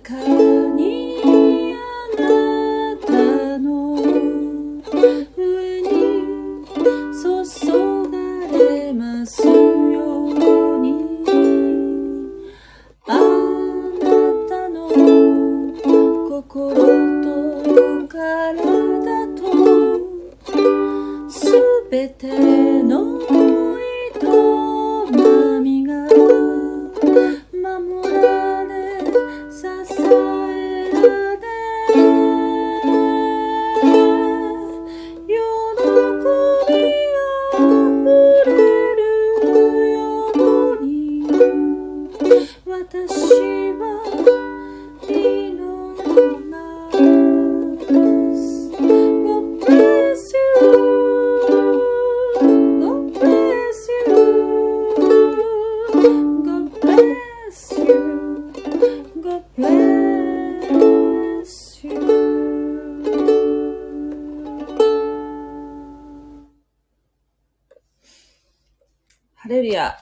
かにあなたの上に注がれますように、あなたの心と体とすべての営みが守られ支えられ喜びあふれるように私は祈ります。 God bless you, God bless you, God bless you, God bless you。 ハレルヤ。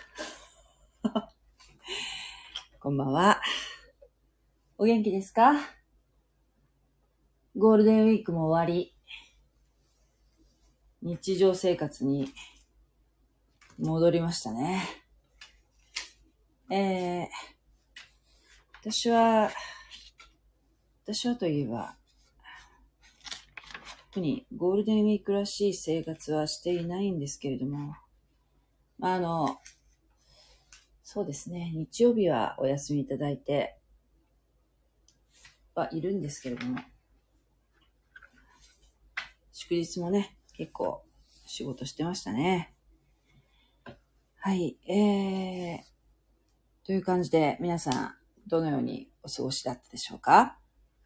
こんばんは。お元気ですか？ゴールデンウィークも終わり、日常生活に戻りましたね。私はといえば、特にゴールデンウィークらしい生活はしていないんですけれども、そうですね、日曜日はお休みいただいてはいるんですけれども、祝日もね、結構仕事してましたね。はい、という感じで皆さんどのようにお過ごしだったでしょうか？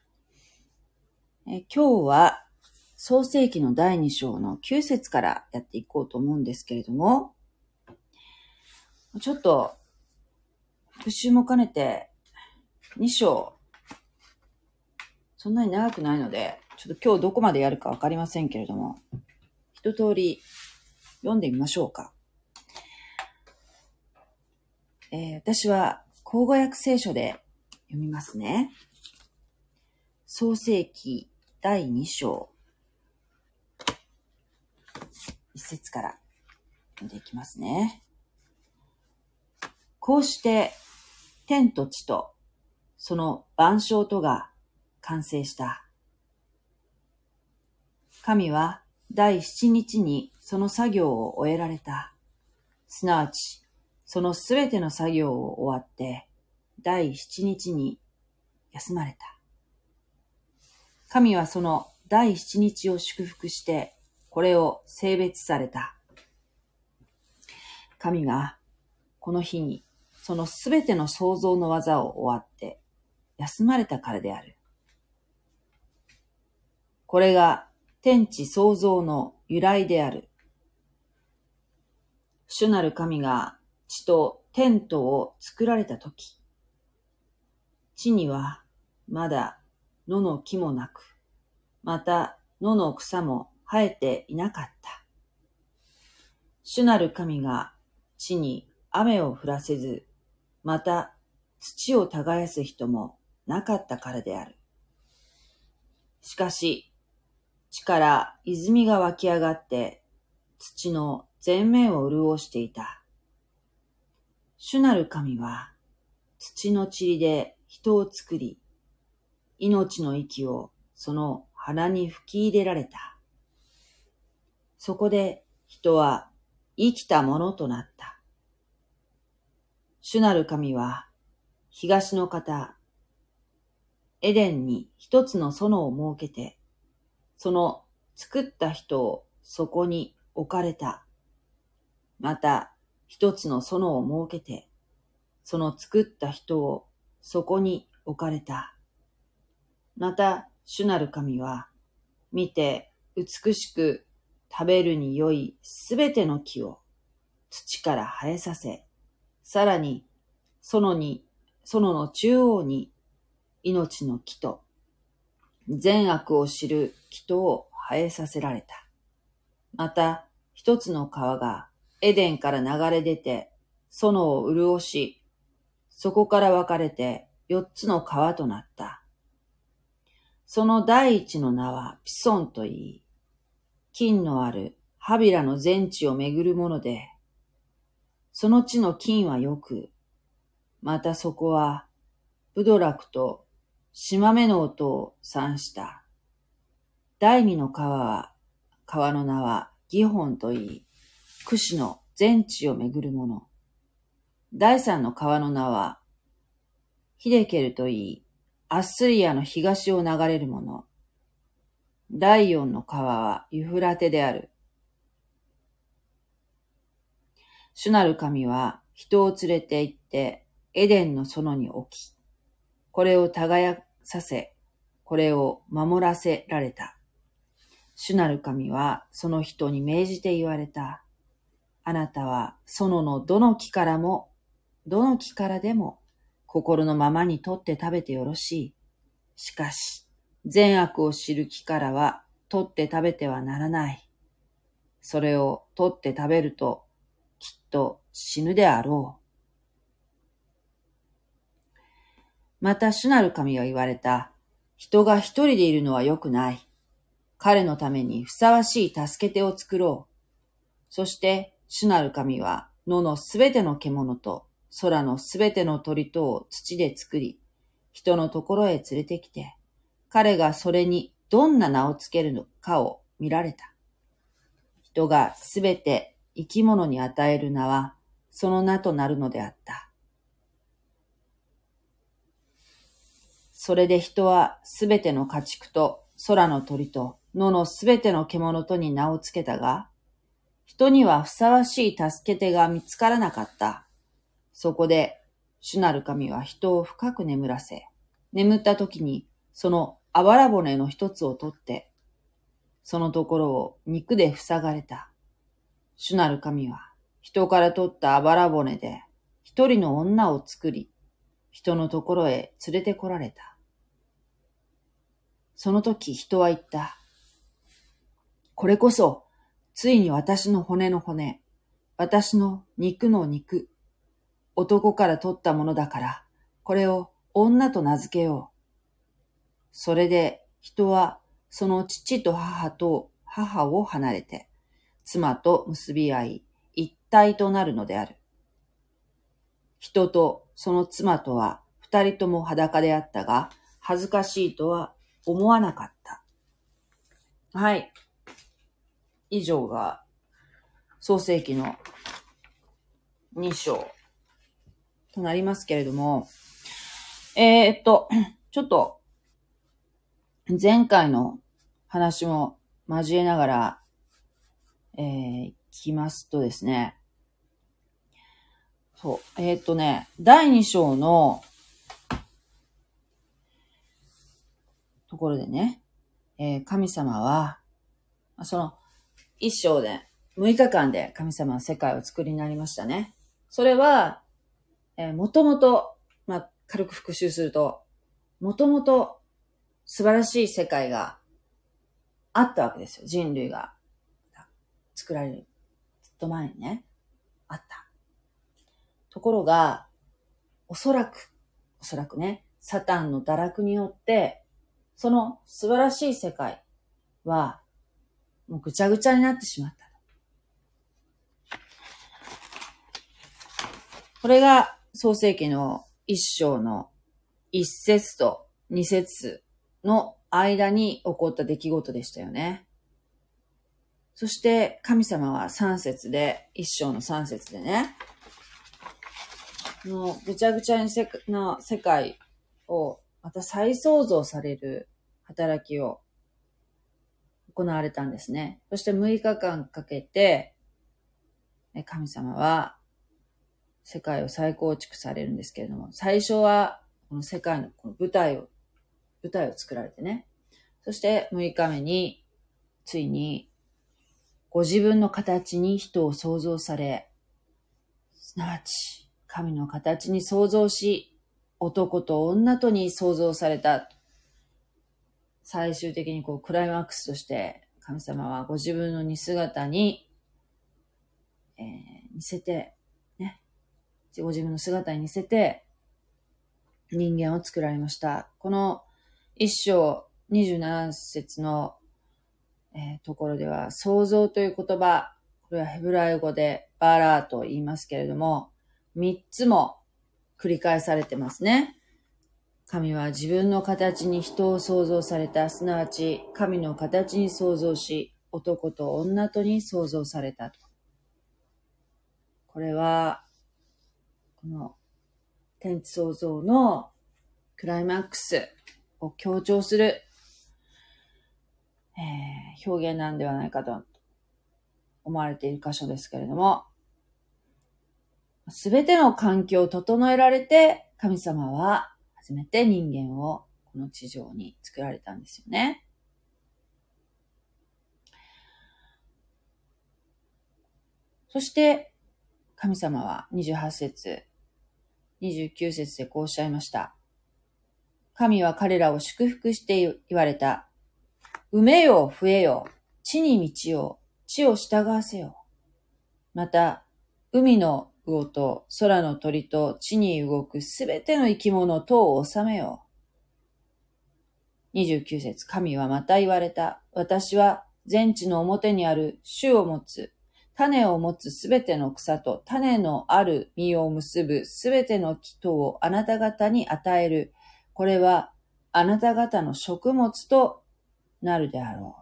今日は創世記の第2章の9節からやっていこうと思うんですけれども、ちょっと復習も兼ねて2章、そんなに長くないので、ちょっと今日どこまでやるかわかりませんけれども、一通り読んでみましょうか。私は口語訳聖書で読みますね。創世記第2章1節から読んでいきますね。こうして天と地とその万象とが完成した。神は第7日にその作業を終えられた。すなわちそのすべての作業を終わって第7日に休まれた。神はその第7日を祝福してこれを聖別された。神がこの日にそのすべての創造の技を終わって休まれたからである。これが天地創造の由来である。主なる神が地と天とを作られたとき、地にはまだ野の木もなく、また野の草も生えていなかった。主なる神が地に雨を降らせず、また土を耕す人もなかったからである。しかし、地から泉が湧き上がって土の全面を潤していた。主なる神は土の塵で人を作り、命の息をその鼻に吹き入れられた。そこで人は生きたものとなった。主なる神は東の方、エデンに一つの園を設けて、その作った人をそこに置かれた。また一つの園を設けて、その作った人をそこに置かれた。また主なる神は見て美しく食べるに良いすべての木を土から生えさせ、さらに園の中央に命の木と善悪を知る木とを生えさせられた。また一つの川がエデンから流れ出て園を潤し、そこから分かれて 4つの川となった。その第一の名はピソンといい、金のあるハビラの全地を巡るもので、その地の金はよく、またそこはブドラクとシマメの音を産した。第二の川の名はギホンといい、クシの全地を巡るもの。第三の川の名はヒデケルといい、アッスリアの東を流れるもの。第四の川はユフラテである。主なる神は人を連れて行ってエデンの園に置き、これを耕させ、これを守らせられた。主なる神はその人に命じて言われた。あなたは園のどの木からでも心のままに取って食べてよろしい。しかし、善悪を知る木からは取って食べてはならない。それを取って食べるときっと死ぬであろう。また主なる神は言われた。人が一人でいるのは良くない。彼のためにふさわしい助け手を作ろう。そして主なる神は野のすべての獣と空のすべての鳥とを土で作り、人のところへ連れてきて、彼がそれにどんな名をつけるのかを見られた。人がすべて生き物に与える名は、その名となるのであった。それで人はすべての家畜と空の鳥と野のすべての獣とに名をつけたが、人にはふさわしい助け手が見つからなかった。そこで、主なる神は人を深く眠らせ、眠った時にそのあばら骨の一つを取って、そのところを肉で塞がれた。主なる神は人から取ったあばら骨で一人の女を作り、人のところへ連れて来られた。その時人は言った。これこそ、ついに私の骨の骨、私の肉の肉、男から取ったものだから、これを女と名付けよう。それで人はその父と母を離れて、妻と結び合い、一体となるのである。人とその妻とは二人とも裸であったが、恥ずかしいとは思わなかった。はい。以上が創世記の2章となりますけれども、ちょっと前回の話も交えながら、聞きますとですね、そう、第2章のところでね、神様は、その1章で6日間で神様は世界を作りになりましたね。それは、もともと、軽く復習すると、もともと素晴らしい世界があったわけですよ。人類が作られるずっと前にね、あった。ところが、おそらくね、サタンの堕落によって、その素晴らしい世界は、もうぐちゃぐちゃになってしまった。これが創世記の一章の一節と二節の間に起こった出来事でしたよね。そして神様は3節で、一章の3節でね、ぐちゃぐちゃな世界をまた再創造される働きを行われたんですね。そして6日間かけて、神様は世界を再構築されるんですけれども、最初はこの世界のこの舞台を作られてね、そして6日目についにご自分の形に人を創造され、すなわち神の形に創造し、男と女とに創造された。最終的にクライマックスとして神様はご自分の似姿に、似せて、ね、ご自分の姿に似せて人間を作られました。この一章27節の、ところでは、創造という言葉、これはヘブライ語でバラーと言いますけれども、3つも繰り返されてますね。神は自分の形に人を創造された、すなわち神の形に創造し、男と女とに創造されたと。これは、この天地創造のクライマックスを強調する、表現なんではないかと思われている箇所ですけれども、すべての環境を整えられて、神様は初めて人間をこの地上に作られたんですよね。そして神様は28節、29節でこうおっしゃいました。神は彼らを祝福して言われた。埋めよ、増えよ、地に満ちよ、地を従わせよ。また、海の魚と空の鳥と地に動くすべての生き物とを治めよう。29節、神はまた言われた。私は全地の表にある種を持つ、種を持つすべての草と種のある実を結ぶすべての木とをあなた方に与える。これはあなた方の食物となるであろう。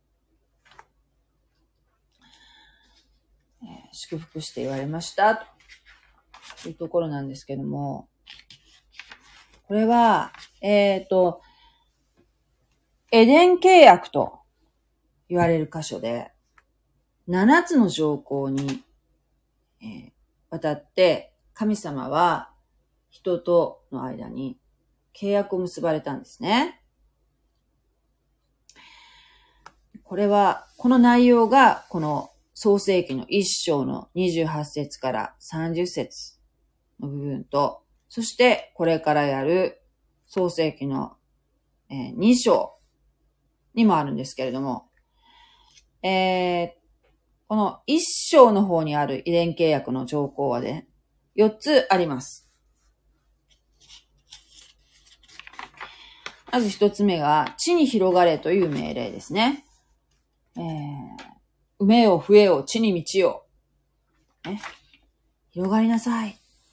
祝福して言われましたというところなんですけども、これはエデン契約と言われる箇所で7つの条項に、わたって神様は人との間に契約を結ばれたんですね。この内容がこの創世記の1章の28節から30節の部分と、そしてこれからやる創世記の2章にもあるんですけれども、この1章の方にある遺伝契約の条項はね、4つあります。まず1つ目が、地に広がれという命令ですね。埋めよ、増えよ、地に満ちよ。ね、広がりなさい。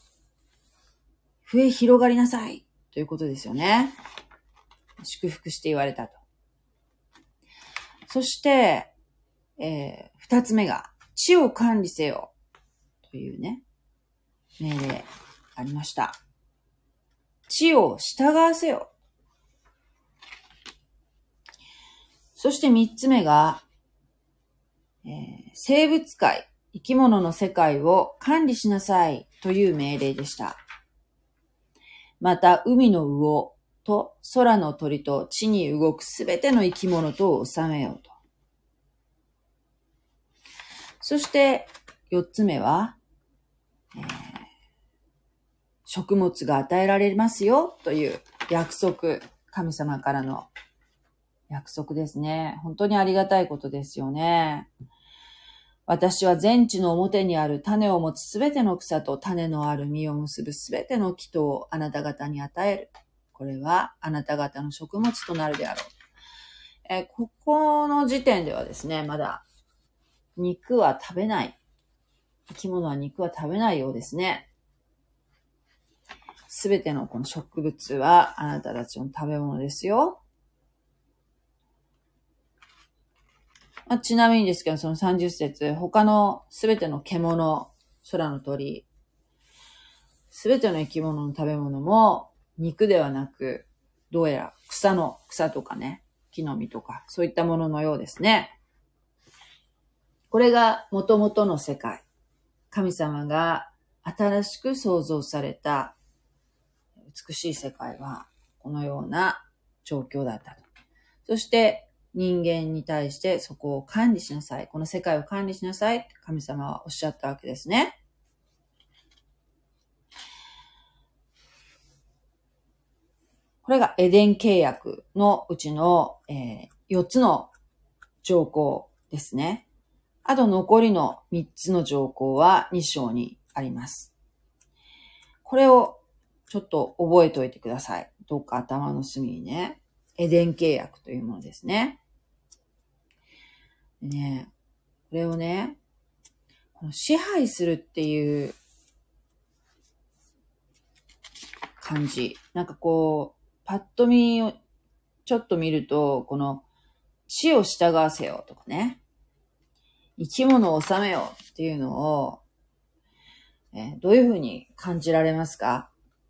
広がりなさい。ということですよね。祝福して言われたと。そして、2つ目が、地を管理せよ。というね、命令ありました。地を従わせよ。そして3つ目が、生物界、生き物の世界を管理しなさいという命令でした。また、海の魚と空の鳥と地に動くすべての生き物とを治めようと。そして、4つ目は、食物が与えられますよという約束、神様からの約束ですね。本当にありがたいことですよね。私は全地の表にある種を持つすべての草と種のある実を結ぶすべての木とをあなた方に与える。これはあなた方の食物となるであろう。ここの時点ではですね、まだ肉は食べない。生き物は肉は食べないようですね。すべてのこの植物はあなたたちの食べ物ですよ。ちなみにですけど、その30節、他のすべての獣、空の鳥、すべての生き物の食べ物も肉ではなく、どうやら草とかね、木の実とか、そういったもののようですね。これが元々の世界。神様が新しく創造された美しい世界は、このような状況だったと。そして、人間に対してそこを管理しなさい。この世界を管理しなさいって神様はおっしゃったわけですね。これがエデン契約のうちの、4つの条項ですね。あと残りの3つの条項は2章にあります。これをちょっと覚えておいてください。どっか頭の隅にね。エデン契約というものですね。でね、これをね、この支配するっていう感じ。なんかこう、パッと見をちょっと見ると、この地を従わせようとかね、生き物を治めようっていうのを、どういうふうに感じられますか？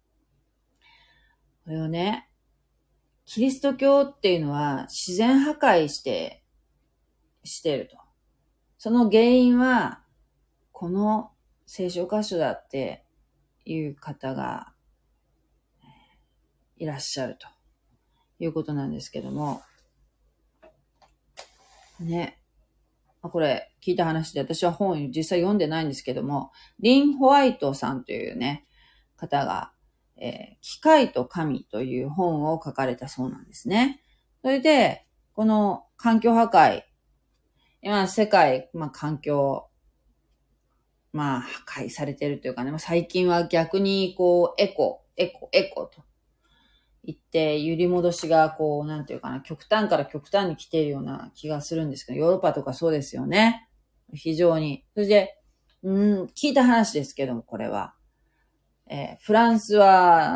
これをね、キリスト教っていうのは自然破壊していると。その原因は、この聖書箇所だっていう方がいらっしゃるということなんですけども、ね。これ聞いた話で、私は本を実際読んでないんですけども、リン・ホワイトさんというね、方が、機械と神という本を書かれたそうなんですね。それで、この環境破壊、今世界、環境、破壊されているというかね、最近は逆にこう、エコと言って、揺り戻しがこう、なんていうかな、極端から極端に来ているような気がするんですけど、ヨーロッパとかそうですよね。非常に。それで、聞いた話ですけども、これは。フランスは、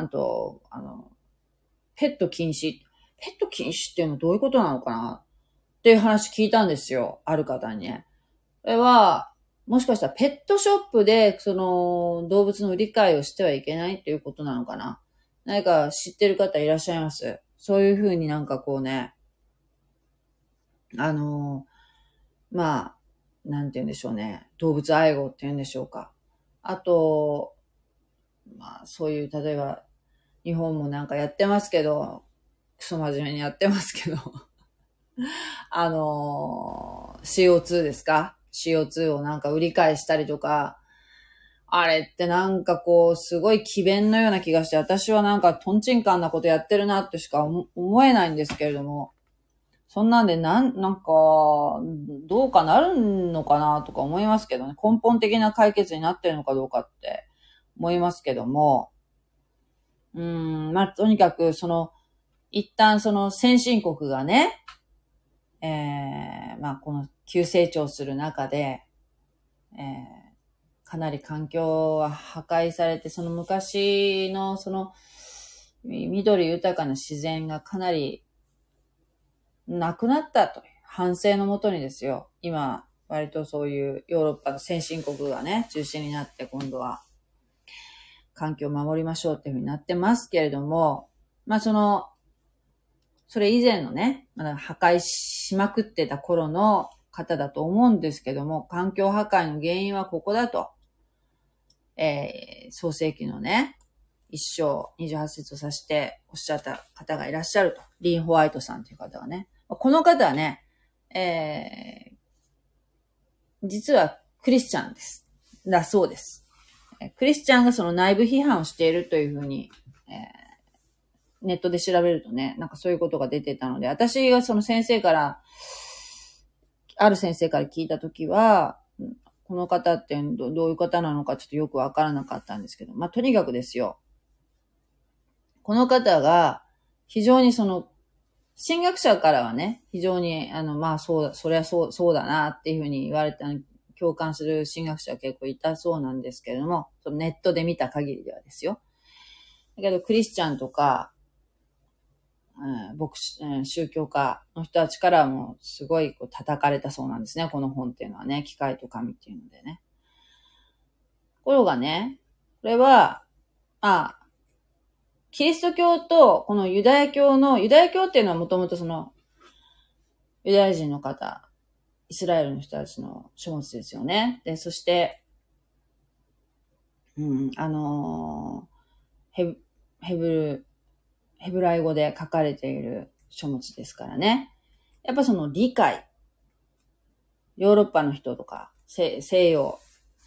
ペット禁止。ペット禁止っていうのはどういうことなのかなっていう話聞いたんですよ。ある方にね。これは、もしかしたらペットショップで、その、動物の売り買いをしてはいけないっていうことなのかな。何か知ってる方いらっしゃいます？そういうふうになんかこうね、なんて言うんでしょうね。動物愛護って言うんでしょうか。あと、そういう、例えば、日本もなんかやってますけど、クソ真面目にやってますけど、CO2 ですか？ CO2 をなんか売り買いしたりとか、あれってなんかこう、すごい奇弁のような気がして、私はなんかトンチンカンなことやってるなってしか思えないんですけれども、そんなんでなんか、どうかなるのかなとか思いますけどね。根本的な解決になってるのかどうかって思いますけども、とにかく一旦その先進国がね、この急成長する中で、かなり環境は破壊されて、その昔の緑豊かな自然がかなりなくなったという反省のもとにですよ。今、割とそういうヨーロッパの先進国がね、中心になって今度は環境を守りましょうっていうふうになってますけれども、それ以前のね、まだ破壊しまくってた頃の方だと思うんですけども、環境破壊の原因はここだと。創世記のね、一章28節を指しておっしゃった方がいらっしゃると。リン・ホワイトさんという方がね。この方はね、実はクリスチャンです。だそうです。クリスチャンがその内部批判をしているというふうに、ネットで調べるとね、なんかそういうことが出てたので、私がそのある先生から聞いたときは、この方ってどういう方なのかちょっとよくわからなかったんですけど、とにかくですよ。この方が、非常に神学者からはね、非常に、そりゃそうだなっていうふうに言われた、共感する神学者は結構いたそうなんですけれども、そのネットで見た限りではですよ。だけど、クリスチャンとか、宗教家の人たちからもすごい叩かれたそうなんですね。この本っていうのはね、機械と神っていうのでね。ところがね、これは、キリスト教とこのユダヤ教っていうのはもともとユダヤ人の方、イスラエルの人たちの書物ですよね。で、そして、ヘブライ語で書かれている書物ですからね。やっぱ理解、ヨーロッパの人とか、西洋、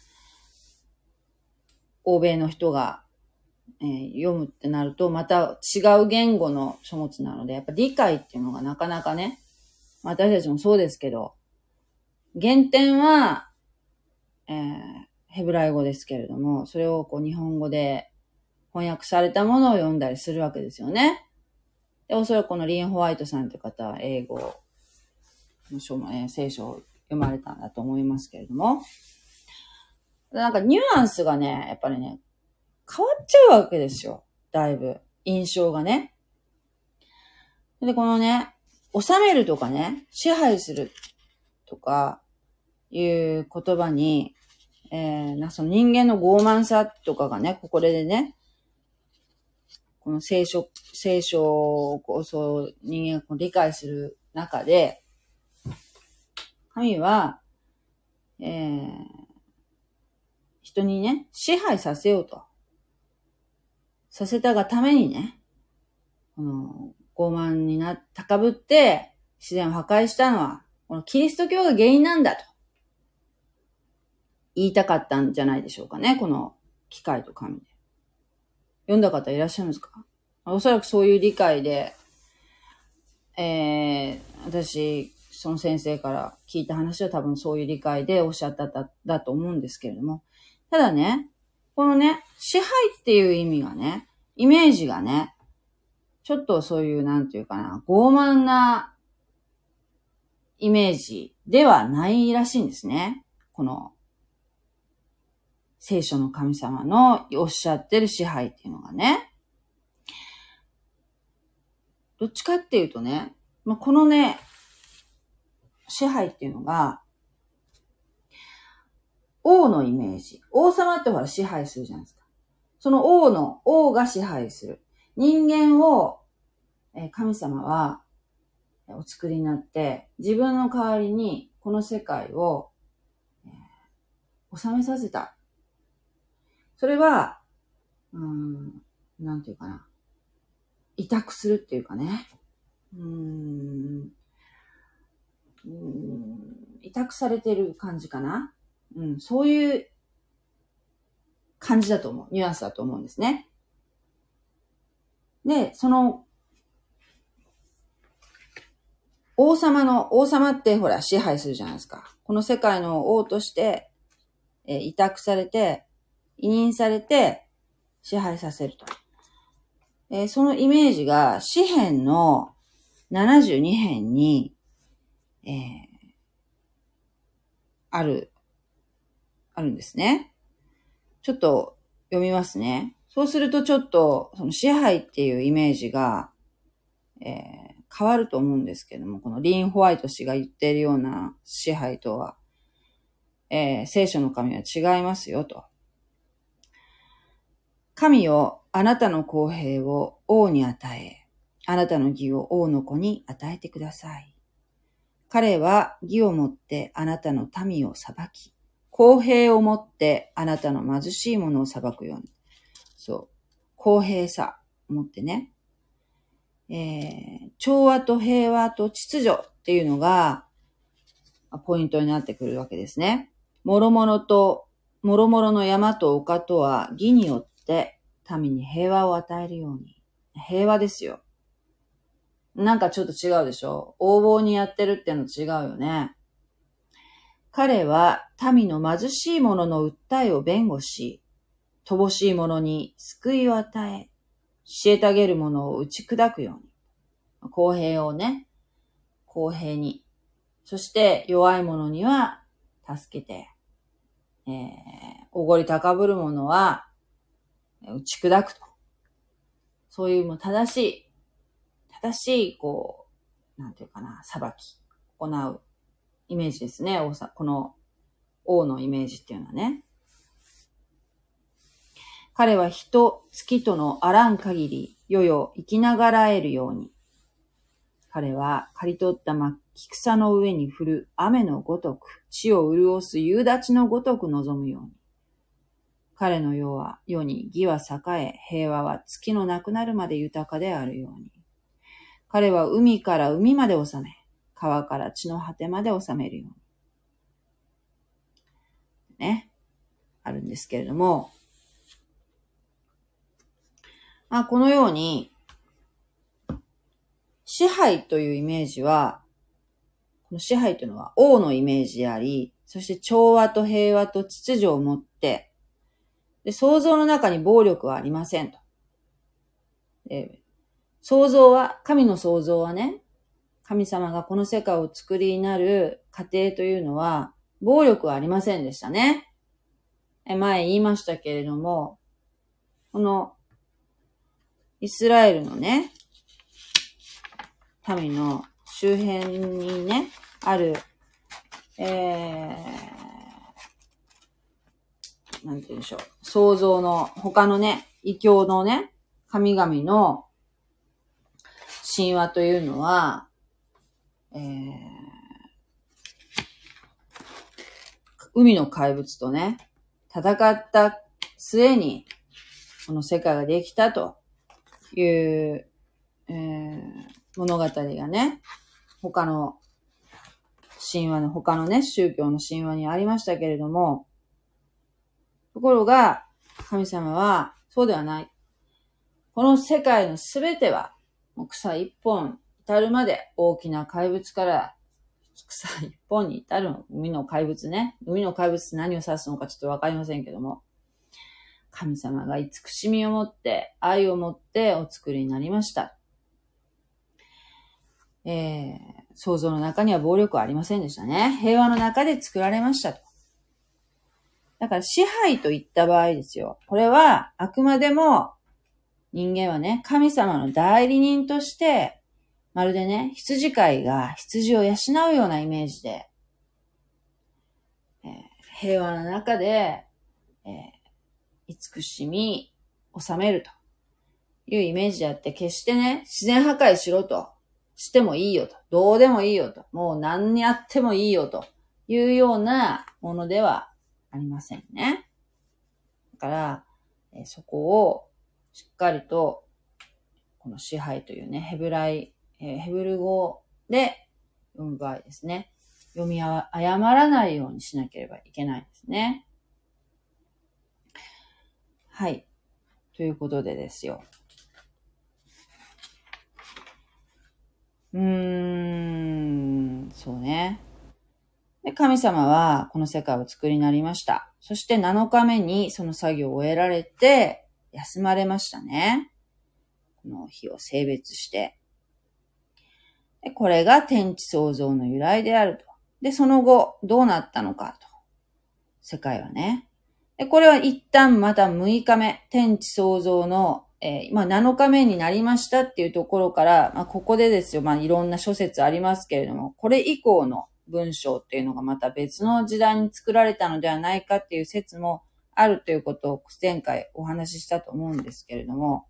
欧米の人が、読むってなると、また違う言語の書物なので、やっぱ理解っていうのがなかなかね、私たちもそうですけど、原点は、ヘブライ語ですけれども、それを日本語で翻訳されたものを読んだりするわけですよね。で、おそらくこのリン・ホワイトさんという方は英語の書も、聖書を読まれたんだと思いますけれども、なんかニュアンスがね、やっぱりね、変わっちゃうわけですよ。だいぶ。印象がね。で、このね、治めるとかね、支配するとかいう言葉に、その人間の傲慢さとかがね、これでね、この聖書をこうそう人間が理解する中で、神は、人にね、支配させようと。させたがためにね、この傲慢に高ぶって自然を破壊したのは、このキリスト教が原因なんだと言いたかったんじゃないでしょうかね、この機械と神で。読んだ方いらっしゃるんですか？おそらくそういう理解で、私、その先生から聞いた話は多分そういう理解でおっしゃっただと思うんですけれども、ただね、このね、支配っていう意味がね、イメージがね、ちょっとそういうなんていうかな、傲慢なイメージではないらしいんですね。この聖書の神様のおっしゃってる支配っていうのがね。どっちかっていうとね、このね、支配っていうのが、王のイメージ。王様ってほら支配するじゃないですか。その王が支配する。人間を、神様はお作りになって、自分の代わりにこの世界を、治めさせた。それは、なんていうかな。委託するっていうかね。委託されてる感じかな。そういう感じだと思う。ニュアンスだと思うんですね。で、その、王様ってほら支配するじゃないですか。この世界の王として、委託されて、委任されて支配させると。そのイメージが詩編の72編に、あるんですね。ちょっと読みますね。そうするとちょっとその支配っていうイメージが、変わると思うんですけども、このリン・ホワイト氏が言っているような支配とは、聖書の神は違いますよと。神よ、あなたの公平を王に与え、あなたの義を王の子に与えてください。彼は義をもってあなたの民を裁き、公平をもってあなたの貧しい者を裁くように。そう。公平さをもってね。調和と平和と秩序っていうのがポイントになってくるわけですね。もろもろの山と丘とは義によって民に平和を与えるように。平和ですよ。なんかちょっと違うでしょ？横暴にやってるってのと違うよね。彼は民の貧しい者の訴えを弁護し、乏しい者に救いを与え、虐げる者を打ち砕くように。公平をね、公平に。そして弱い者には助けて、おごり高ぶる者は打ち砕くと。そういうもう正しい、こう、なんていうかな、裁き、行うイメージですね。この王のイメージっていうのはね。彼は人、月とのあらん限り、世々生きながらえるように。彼は刈り取った真っ木草の上に降る雨のごとく、地を潤す夕立のごとく望むように。彼の世に義は栄え、平和は月のなくなるまで豊かであるように。彼は海から海まで治め、川から地の果てまで治めるように。ね。あるんですけれども、このように、支配というイメージは、この支配というのは王のイメージであり、そして調和と平和と秩序を持って、で、創造の中に暴力はありませんと。 神の創造はね、神様がこの世界を作りになる過程というのは、暴力はありませんでしたね。前言いましたけれども、このイスラエルのね、民の周辺にね、ある、なんて言うんでしょう、創造の他のね、異教のね、神々の神話というのは、海の怪物とね、戦った末に、この世界ができたという、物語がね、他のね、宗教の神話にありましたけれども、ところが、神様は、そうではない。この世界のすべては、草一本至るまで大きな怪物から草一本に至る海の怪物ね。海の怪物って何を指すのかちょっとわかりませんけども、神様が慈しみを持って、愛を持ってお作りになりました。創造の中には暴力はありませんでしたね。平和の中で作られましたと。だから支配といった場合ですよ。これはあくまでも人間はね、神様の代理人として、まるでね、羊飼いが羊を養うようなイメージで、平和の中で、慈しみ、治めるというイメージであって、決してね、自然破壊しろと、してもいいよと、どうでもいいよと、もう何やってもいいよというようなものではありませんね。だから、そこをしっかりと、この支配というね、ヘブル語で読む場合ですね、読み誤らないようにしなければいけないですね。はい。ということでですよ。そうね。で、神様はこの世界を作りになりました。そして7日目にその作業を終えられて休まれましたね。この日を性別して。で、これが天地創造の由来であると。で、その後どうなったのかと。世界はね。で、これは一旦また6日目、天地創造の7日目になりましたっていうところから、ここでですよ、いろんな諸説ありますけれども、これ以降の文章っていうのがまた別の時代に作られたのではないかっていう説もあるということを前回お話ししたと思うんですけれども、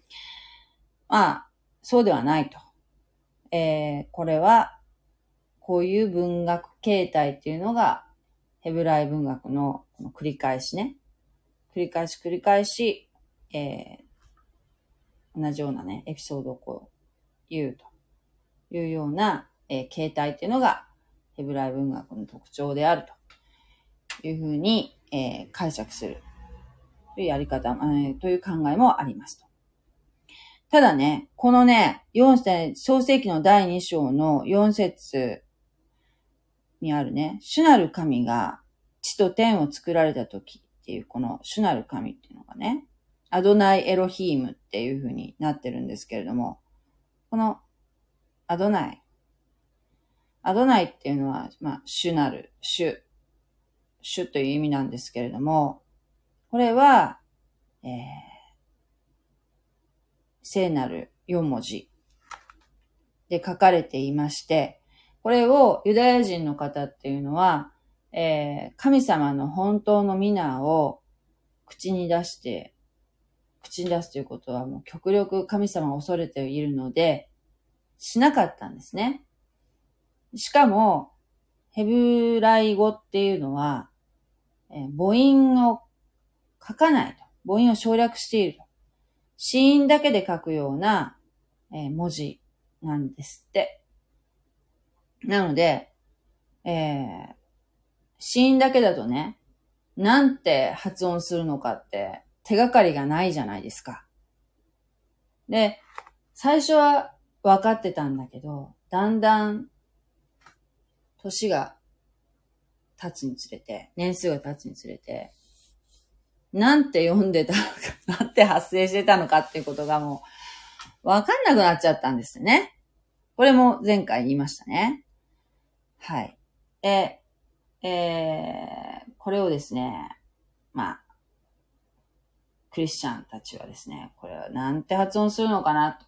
そうではないと。これは、こういう文学形態っていうのが、ヘブライ文学のこの繰り返しね。繰り返し、同じようなね、エピソードをこう言うというような、形態っていうのがヘブライ文学の特徴であるというふうに、解釈するというやり方、という考えもありますと。ただね、このね、創世記の第2章の4節にあるね、主なる神が地と天を作られた時っていうこの主なる神っていうのがね、アドナイエロヒームっていう風になってるんですけれども、このアドナイっていうのは、主なる、主という意味なんですけれども、これは、聖なる4文字で書かれていまして、これをユダヤ人の方っていうのは、神様の本当の皆を口に出すということはもう極力神様を恐れているので、しなかったんですね。しかも、ヘブライ語っていうのは、母音を書かないと。母音を省略していると。子音だけで書くような、文字なんですって。なので、子音だけだとね、なんて発音するのかって手がかりがないじゃないですか。で、最初は分かってたんだけど、だんだん年が経つにつれて、年数が経つにつれて、なんて読んでたのか、なんて発声してたのかっていうことがもわかんなくなっちゃったんですね。これも前回言いましたね。はい。これをですね、クリスチャンたちはですね、これはなんて発音するのかなと、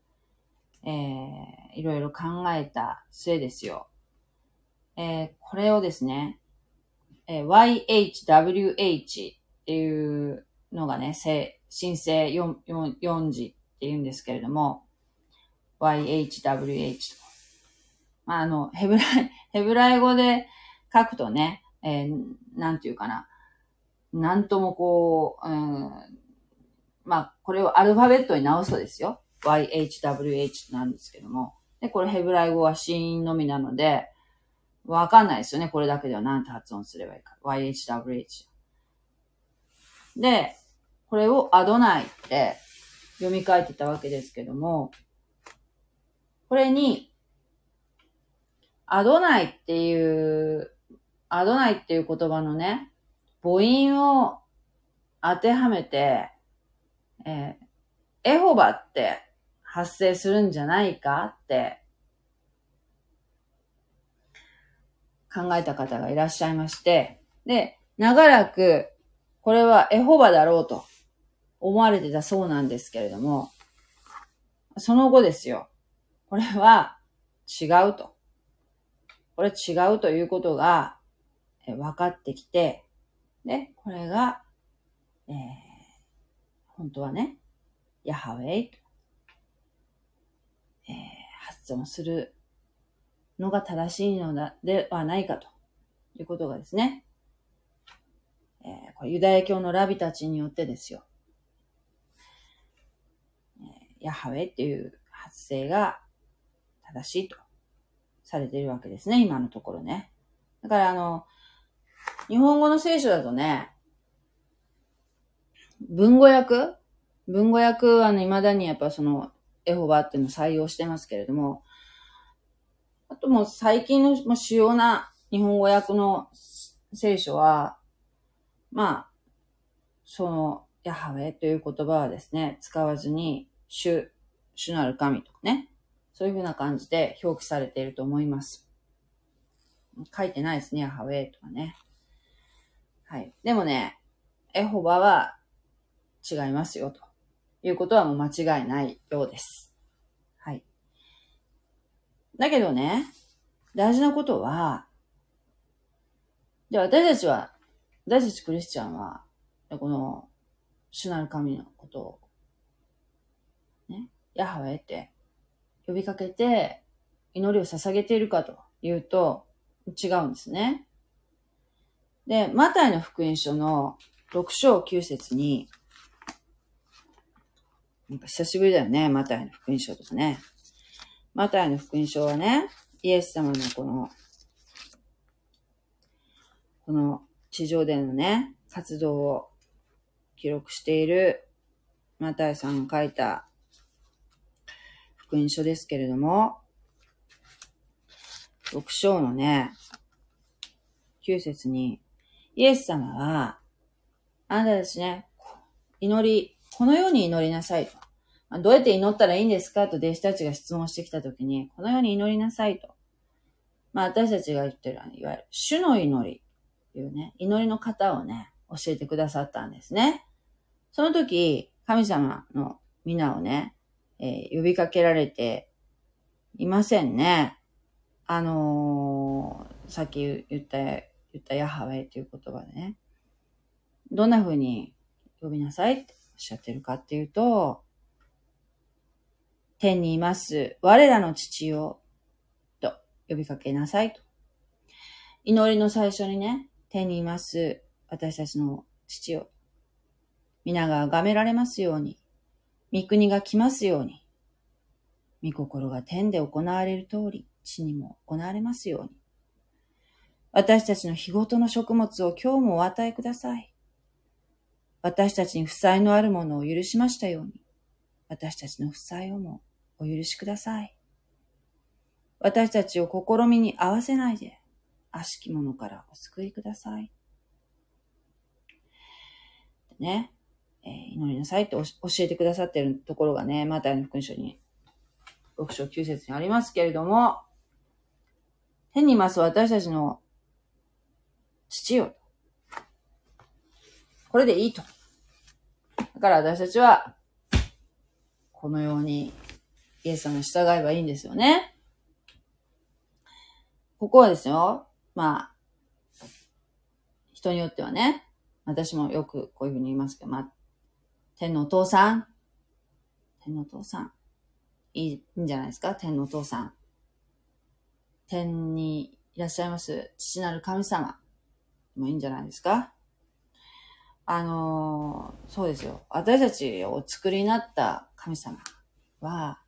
いろいろ考えた末ですよ。これをですね、YHWH っていうのがね、新生4字っていうんですけれども、YHWH と。ヘブライ語で書くとね、なんていうかな、なんともこう、これをアルファベットに直すとですよ。YHWH なんですけども。で、これヘブライ語は子音のみなので、わかんないですよね。これだけでは何て発音すればいいか。YHWH。で、これをアドナイって読み替えてたわけですけども、これに、アドナイっていう言葉のね、母音を当てはめて、エホバって発生するんじゃないかって考えた方がいらっしゃいまして、で、長らくこれはエホバだろうと思われてたそうなんですけれども、その後ですよ、これは違うと。これ違うということが分かってきて、で、これが、本当はね、ヤハウェイと、発音するのが正しいのではないかということがですね、これユダヤ教のラビたちによってですよ、ヤハウェっていう発声が正しいとされているわけですね、今のところね。だから日本語の聖書だとね、文語訳はね、未だにやっぱそのエホバっていうのを採用してますけれども、あともう最近の主要な日本語訳の聖書は、そのヤハウェという言葉はですね、使わずに主なる神とかね、そういうふうな感じで表記されていると思います。書いてないですね、ヤハウェとかね。はい。でもね、エホバは違いますよということはもう間違いないようです。はい。だけどね、大事なことは、じゃあ私たちクリスチャンは、この主なる神のことをね、ヤハウェって呼びかけて祈りを捧げているかというと違うんですね。で、マタイの福音書の6章9節に、なんか久しぶりだよね、マタイの福音書とかね。マタイの福音書はね、イエス様のこの地上でのね、活動を記録しているマタイさんが書いた福音書ですけれども、6章のね、9節に、イエス様は、あなたたちね、このように祈りなさいと。どうやって祈ったらいいんですかと弟子たちが質問してきたときに、このように祈りなさいと。私たちが言ってる、いわゆる主の祈りというね、祈りの方をね、教えてくださったんですね。その時、神様の皆をね、呼びかけられていませんね。さっき言ったヤハウェという言葉でね、どんな風に呼びなさいっておっしゃってるかっていうと、天にいます我らの父よと呼びかけなさいと。祈りの最初にね、天にいます私たちの父よ。皆が崇められますように、御国が来ますように、御心が天で行われる通り、地にも行われますように。私たちの日ごとの食物を今日もお与えください。私たちに負債のあるものを許しましたように、私たちの負債をもお許しください。私たちを試みに合わせないで、悪しき者からお救いください。ね。 祈りなさいって教えてくださっているところがね、マタイの福音書に6章9節にありますけれども、天にいます私たちの父よ。これでいいと。だから私たちは、このようにイエス様に従えばいいんですよね。ここはですよ、人によってはね、私もよくこういうふうに言いますけど、天のお父さん、いいんじゃないですか、天のお父さん。天にいらっしゃいます父なる神様もいいんじゃないですか。そうですよ。私たちをお作りになった神様は、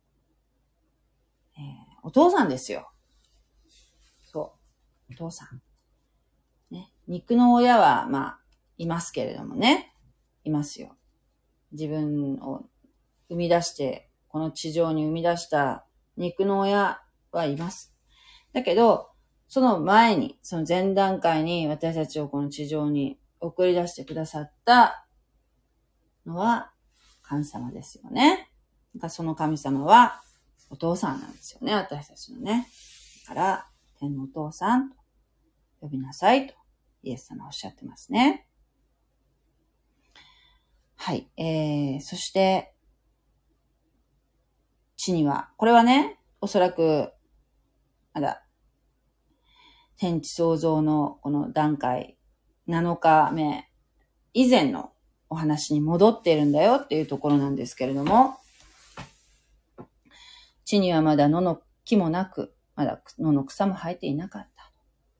お父さんですよ。そう。お父さん。ね。肉の親は、いますけれどもね。いますよ。自分を生み出して、この地上に生み出した肉の親はいます。だけど、その前に、その前段階に私たちをこの地上に送り出してくださったのは神様ですよね。だからその神様はお父さんなんですよね、私たちのね。だから、天のお父さんと呼びなさいとイエス様はおっしゃってますね。はい。そして、地には、これはね、おそらく、まだ、天地創造のこの段階、7日目以前のお話に戻っているんだよっていうところなんですけれども、地にはまだ野の木もなく、まだ野の草も生えていなかった。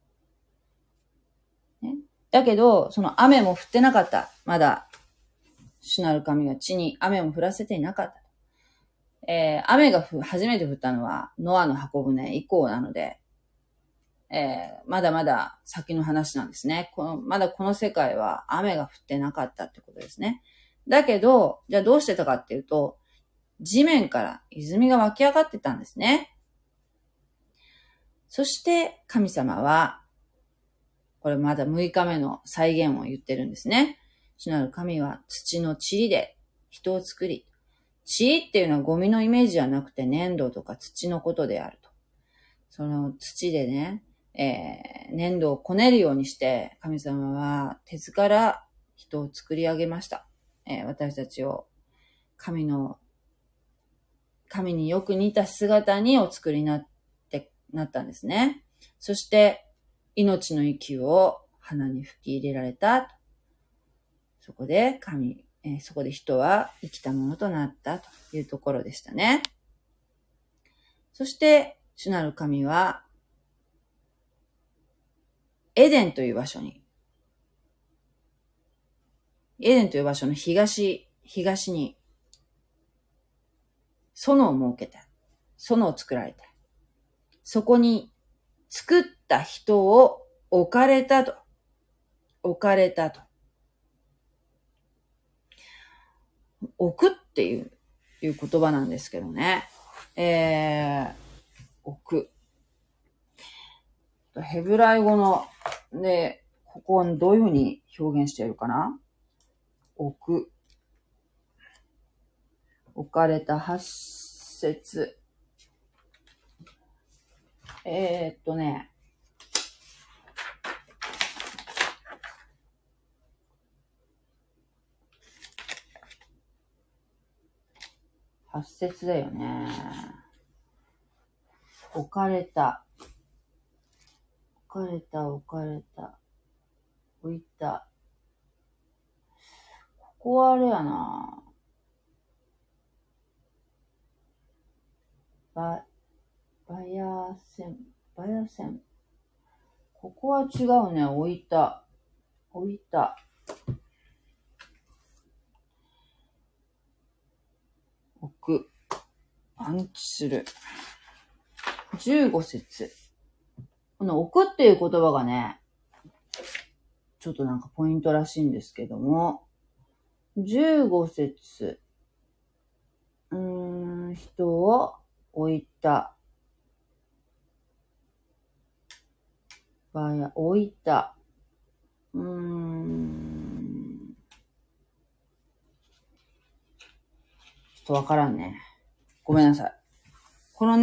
ね、だけど、その雨も降ってなかった。まだ、主なる神が地に雨も降らせていなかった。雨が初めて降ったのはノアの箱舟以降なので、まだまだ先の話なんですね。まだこの世界は雨が降ってなかったってことですね。だけど、じゃあどうしてたかっていうと、地面から泉が湧き上がってたんですね。そして神様は、これまだ6日目の再現を言ってるんですね。主なる神は土の塵で人を作り、塵っていうのはゴミのイメージじゃなくて粘土とか土のことであると。その土でね、粘土をこねるようにして神様は鉄から人を作り上げました。私たちを神によく似た姿にお作りになったんですね。そして命の息を鼻に吹き入れられた。そこで人は生きたものとなったというところでしたね。そして主なる神はエデンという場所の東に園を設けた。園を作られた。そこに作った人を置かれたと。置くっていう言葉なんですけどね。置く。ヘブライ語ので、ここはどういうふうに表現しているかな？置く。置かれた8節。8節だよね。置かれた。置いた。ここはあれやな。バヤセン。ここは違うね。置いた。置く。安置する。15節。この置くっていう言葉がね、ちょっとなんかポイントらしいんですけども、15節。人を置いた。置いた。 とわからんね。ごめんなさい。この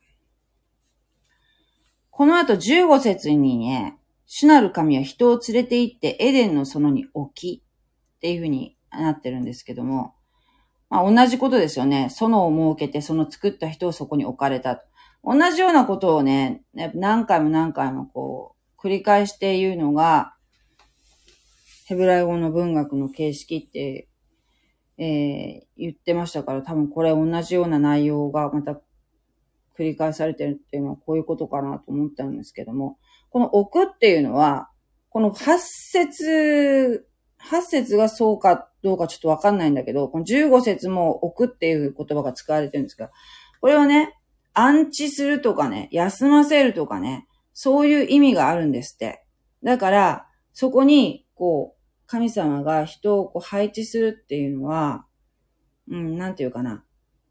後15節にね、主なる神は人を連れて行ってエデンの園に置きっていう風になってるんですけども、同じことですよね。園を設けてその作った人をそこに置かれたと。同じようなことをね、何回も繰り返して言うのが、ヘブライ語の文学の形式って、言ってましたから、多分これ同じような内容がまた繰り返されてるっていうのはこういうことかなと思ったんですけども、この置くっていうのは、この8節がそうかどうかちょっとわかんないんだけど、この15節も置くっていう言葉が使われてるんですが、これはね、安置するとかね、休ませるとかね、そういう意味があるんですって。だから、そこに、神様が人を配置するっていうのは、なんていうかな。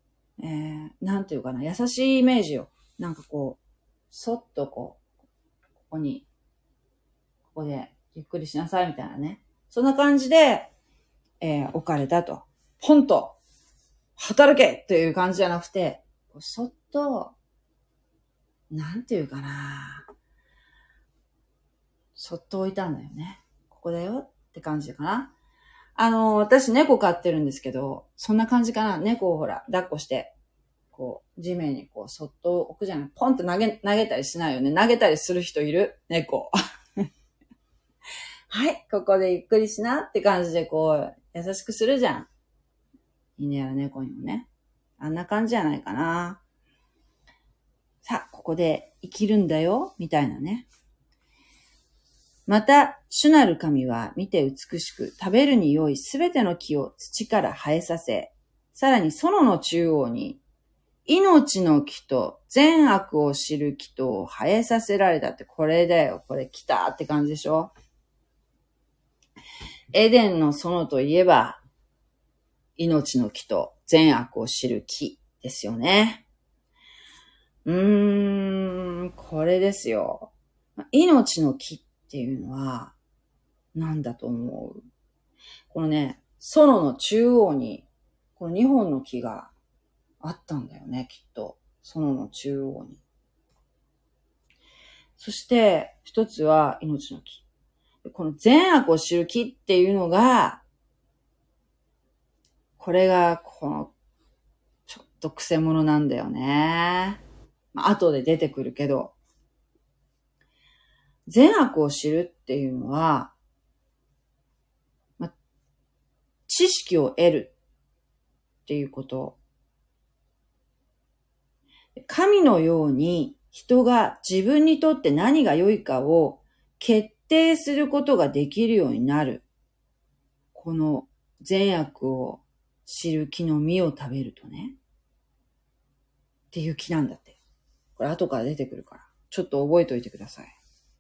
優しいイメージを、そっとここでゆっくりしなさいみたいなね。そんな感じで、置かれたと。ポンと、働けっていう感じじゃなくて、そっと、なんていうかな。そっと置いたんだよね。ここだよって感じかな。私猫飼ってるんですけど、そんな感じかな。猫を抱っこして、地面にそっと置くじゃない。ポンと投げたりしないよね。投げたりする人いる？猫。はい、ここでゆっくりしなって感じで優しくするじゃん。犬やら猫にもね。あんな感じじゃないかな。さあ、ここで生きるんだよ、みたいなね。また、主なる神は見て美しく、食べるに良いすべての木を土から生えさせ、さらに園の中央に、命の木と善悪を知る木とを生えさせられたって、これだよ。これ来たって感じでしょ。エデンの園といえば、命の木と善悪を知る木ですよね。これですよ。命の木っていうのは、何だと思う？このね、園の中央に、この2本の木があったんだよね、きっと。園の中央に。そして、一つは命の木。この善悪を知る木っていうのが、これが、ちょっと癖者なんだよね。後で出てくるけど、善悪を知るっていうのは、知識を得るっていうこと。神のように人が自分にとって何が良いかを決定することができるようになる。この善悪を知る木の実を食べるとね。っていう木なんだって。これ後から出てくるから。ちょっと覚えておいてください。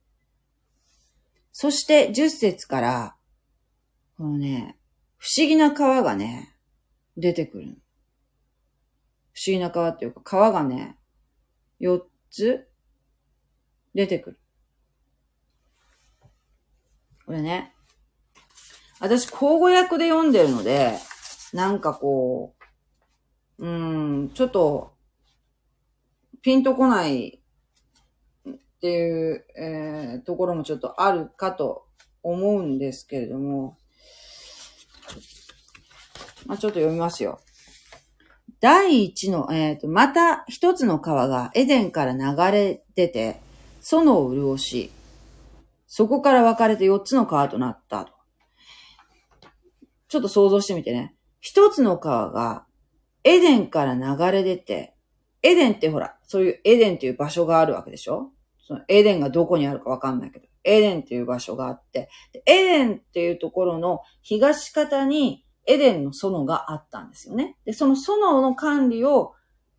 そして10節から、このね、不思議な川がね、出てくる。不思議な川っていうか、川がね、4つ出てくる。これね、私、口語訳で読んでるので、ちょっと、ピンとこないっていう、ところもちょっとあるかと思うんですけれども、ちょっと読みますよ。第一の、また一つの川がエデンから流れ出て、園を潤し、そこから分かれて4つの川となったと。ちょっと想像してみてね。一つの川がエデンから流れ出て、エデンってそういうエデンっていう場所があるわけでしょ？そのエデンがどこにあるか分かんないけど、エデンっていう場所があって、エデンっていうところの東方にエデンの園があったんですよね。で、その園の管理を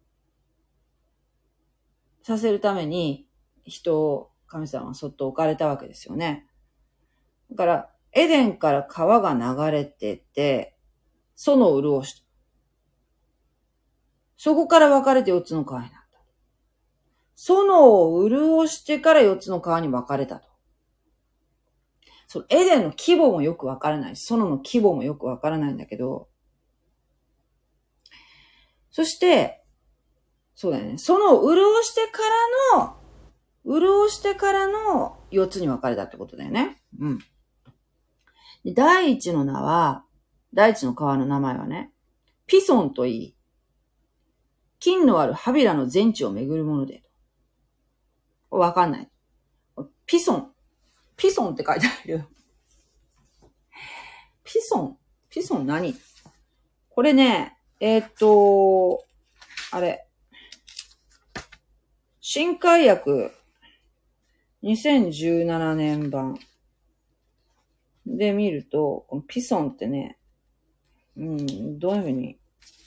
させるために人を神様はそっと置かれたわけですよね。だから、エデンから川が流れてて、園を潤した。そこから分かれて4つの川になった。園を潤してから4つの川に分かれたと。そのエデンの規模もよく分からないし、園の規模もよく分からないんだけど、 そして、そうだよね。その潤してからの4つに分かれたってことだよね。うん。で第一の川の名前はね、ピソンといい、金のあるハビラの全地を巡るもので。わかんない。ピソンって書いてあるけど。ピソン何？これね、あれ。新海訳2017年版で見ると、このピソンってね、どういうふうに、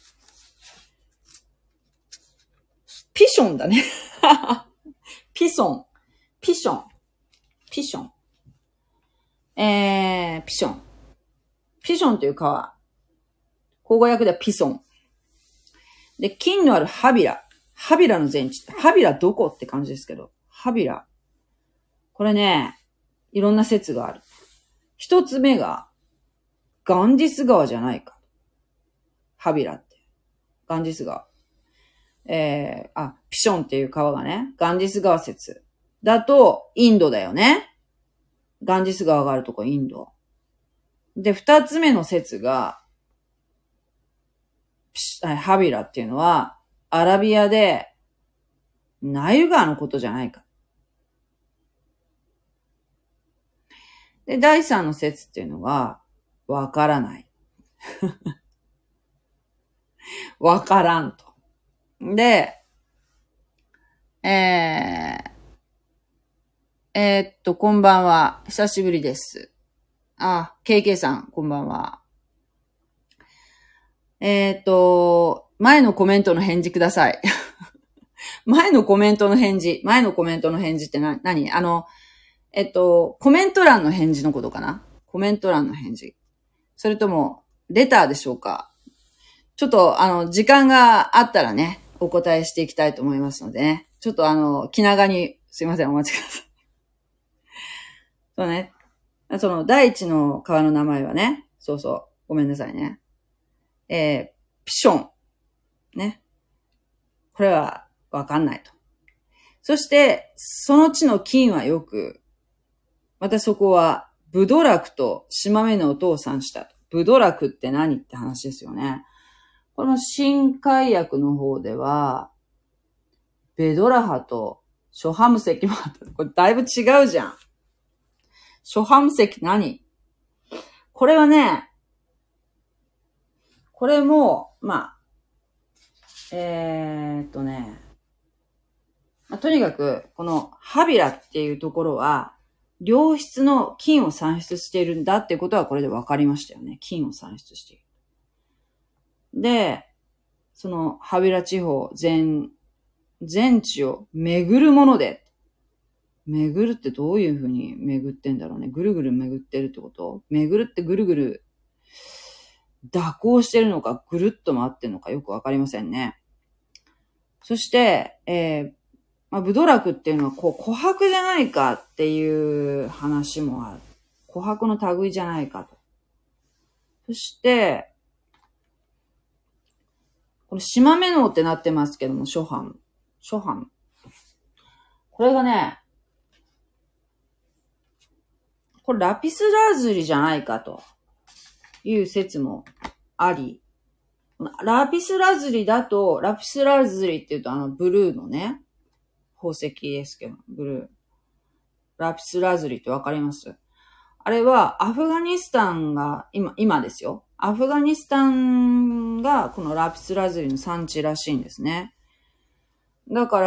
ピションだね。ピション。ピションという川。口語訳ではピソン。で、金のあるハビラの全地。ハビラどこって感じですけど。ハビラ。これね、いろんな説がある。一つ目が、ガンジス川じゃないか。ハビラって。ガンジス川。ピションっていう川がね、ガンジス川説。だと、インドだよね。ガンジス川があるとこインド。で、二つ目の説が、ハビラっていうのは、アラビアで、ナイル川のことじゃないか。で、第三の説っていうのが、わからない。わからんと。で、こんばんは。久しぶりです。KK さん、こんばんは。前のコメントの返事ください。前のコメントの返事って何？コメント欄の返事のことかな？コメント欄の返事。それとも、レターでしょうか？ちょっと、時間があったらね、お答えしていきたいと思いますのでね。ちょっと気長に、すいません、お待ちください。そうね。その、第一の川の名前はね、ごめんなさいね。ピション。ね。これは、わかんないと。そして、その地の金はよく、またそこは、ブドラクと島目の音を産したと。ブドラクって何って話ですよね。この新海訳の方では、ベドラハとショハム石もあった。これだいぶ違うじゃん。ショハム石何？これはね、これも、とにかく、このハビラっていうところは、良質の金を産出しているんだっていうことはこれで分かりましたよね。金を産出している。で、そのハビラ地方全地を巡るもので、巡るってどういうふうに巡ってんだろうね。ぐるぐる巡ってるってこと？巡るってぐるぐる蛇行してるのかぐるっと回ってるのかよくわかりませんね。そして、ブドラクっていうのは琥珀じゃないかっていう話もある。琥珀の類じゃないかと。そして、この島目のってなってますけども、ショハン。これがね、これラピスラズリじゃないかという説もあり、ラピスラズリって言うとブルーのね、宝石ですけど、ブルー。ラピスラズリってわかります？あれはアフガニスタンが、今ですよ。アフガニスタンがこのラピスラズリの産地らしいんですね。だから、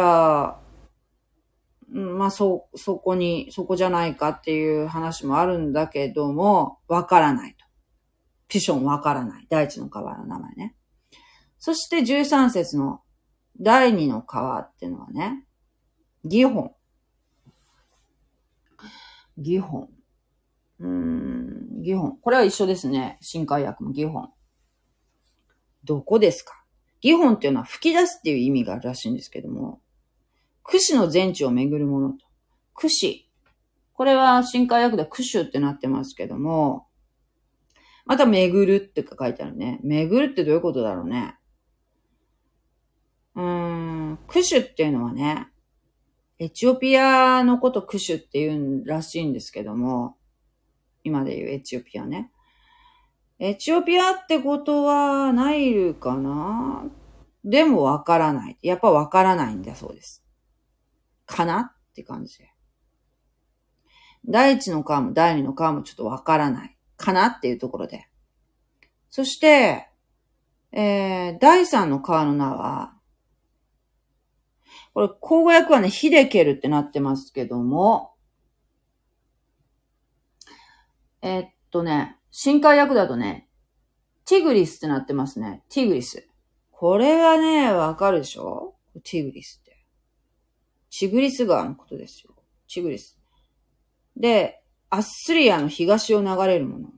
そこじゃないかっていう話もあるんだけども、わからないと。ピションわからない。第一の川の名前ね。そして13節の第二の川っていうのはね、ギホン。ギホン。これは一緒ですね。新海訳もギホン。どこですか？ギホンっていうのは吹き出すっていう意味があるらしいんですけども、クシの全地を巡るものと。クシ。これは新海訳ではクシュってなってますけども、また巡るって書いてあるね。巡るってどういうことだろうね。 クシュっていうのはね、エチオピアのことクシュって言うらしいんですけども、今で言うエチオピアね。エチオピアってことはナイルかな？でもわからない。やっぱわからないんだそうです。かなって感じで。第一の川も第二の川もちょっとわからない。かなっていうところで。そして、第三の川の名は、これ、口語訳はね、ヒデケルってなってますけども、新海訳だとね、ティグリスってなってますね。ティグリス。これはね、わかるでしょ？ティグリスって。チグリス川のことですよ。チグリス。で、アッスリアの東を流れるもの。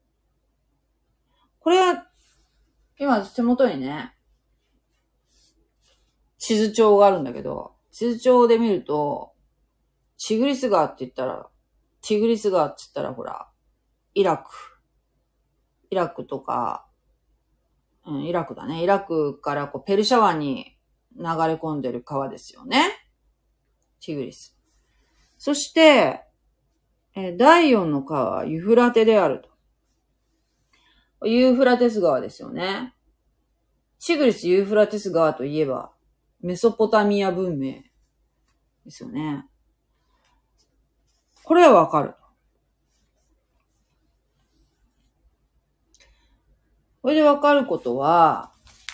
これは、今手元にね、地図帳があるんだけど、地図帳で見ると、チグリス川って言ったら、チグリス川って言ったらほら、イラクとか、イラクだね。イラクからこうペルシャ湾に流れ込んでる川ですよね。ティグリス。そして、第4の川はユフラテであると。ユーフラテス川ですよね。チグリス・ユーフラテス川といえば、メソポタミア文明ですよね。これはわかる。これでわかることは、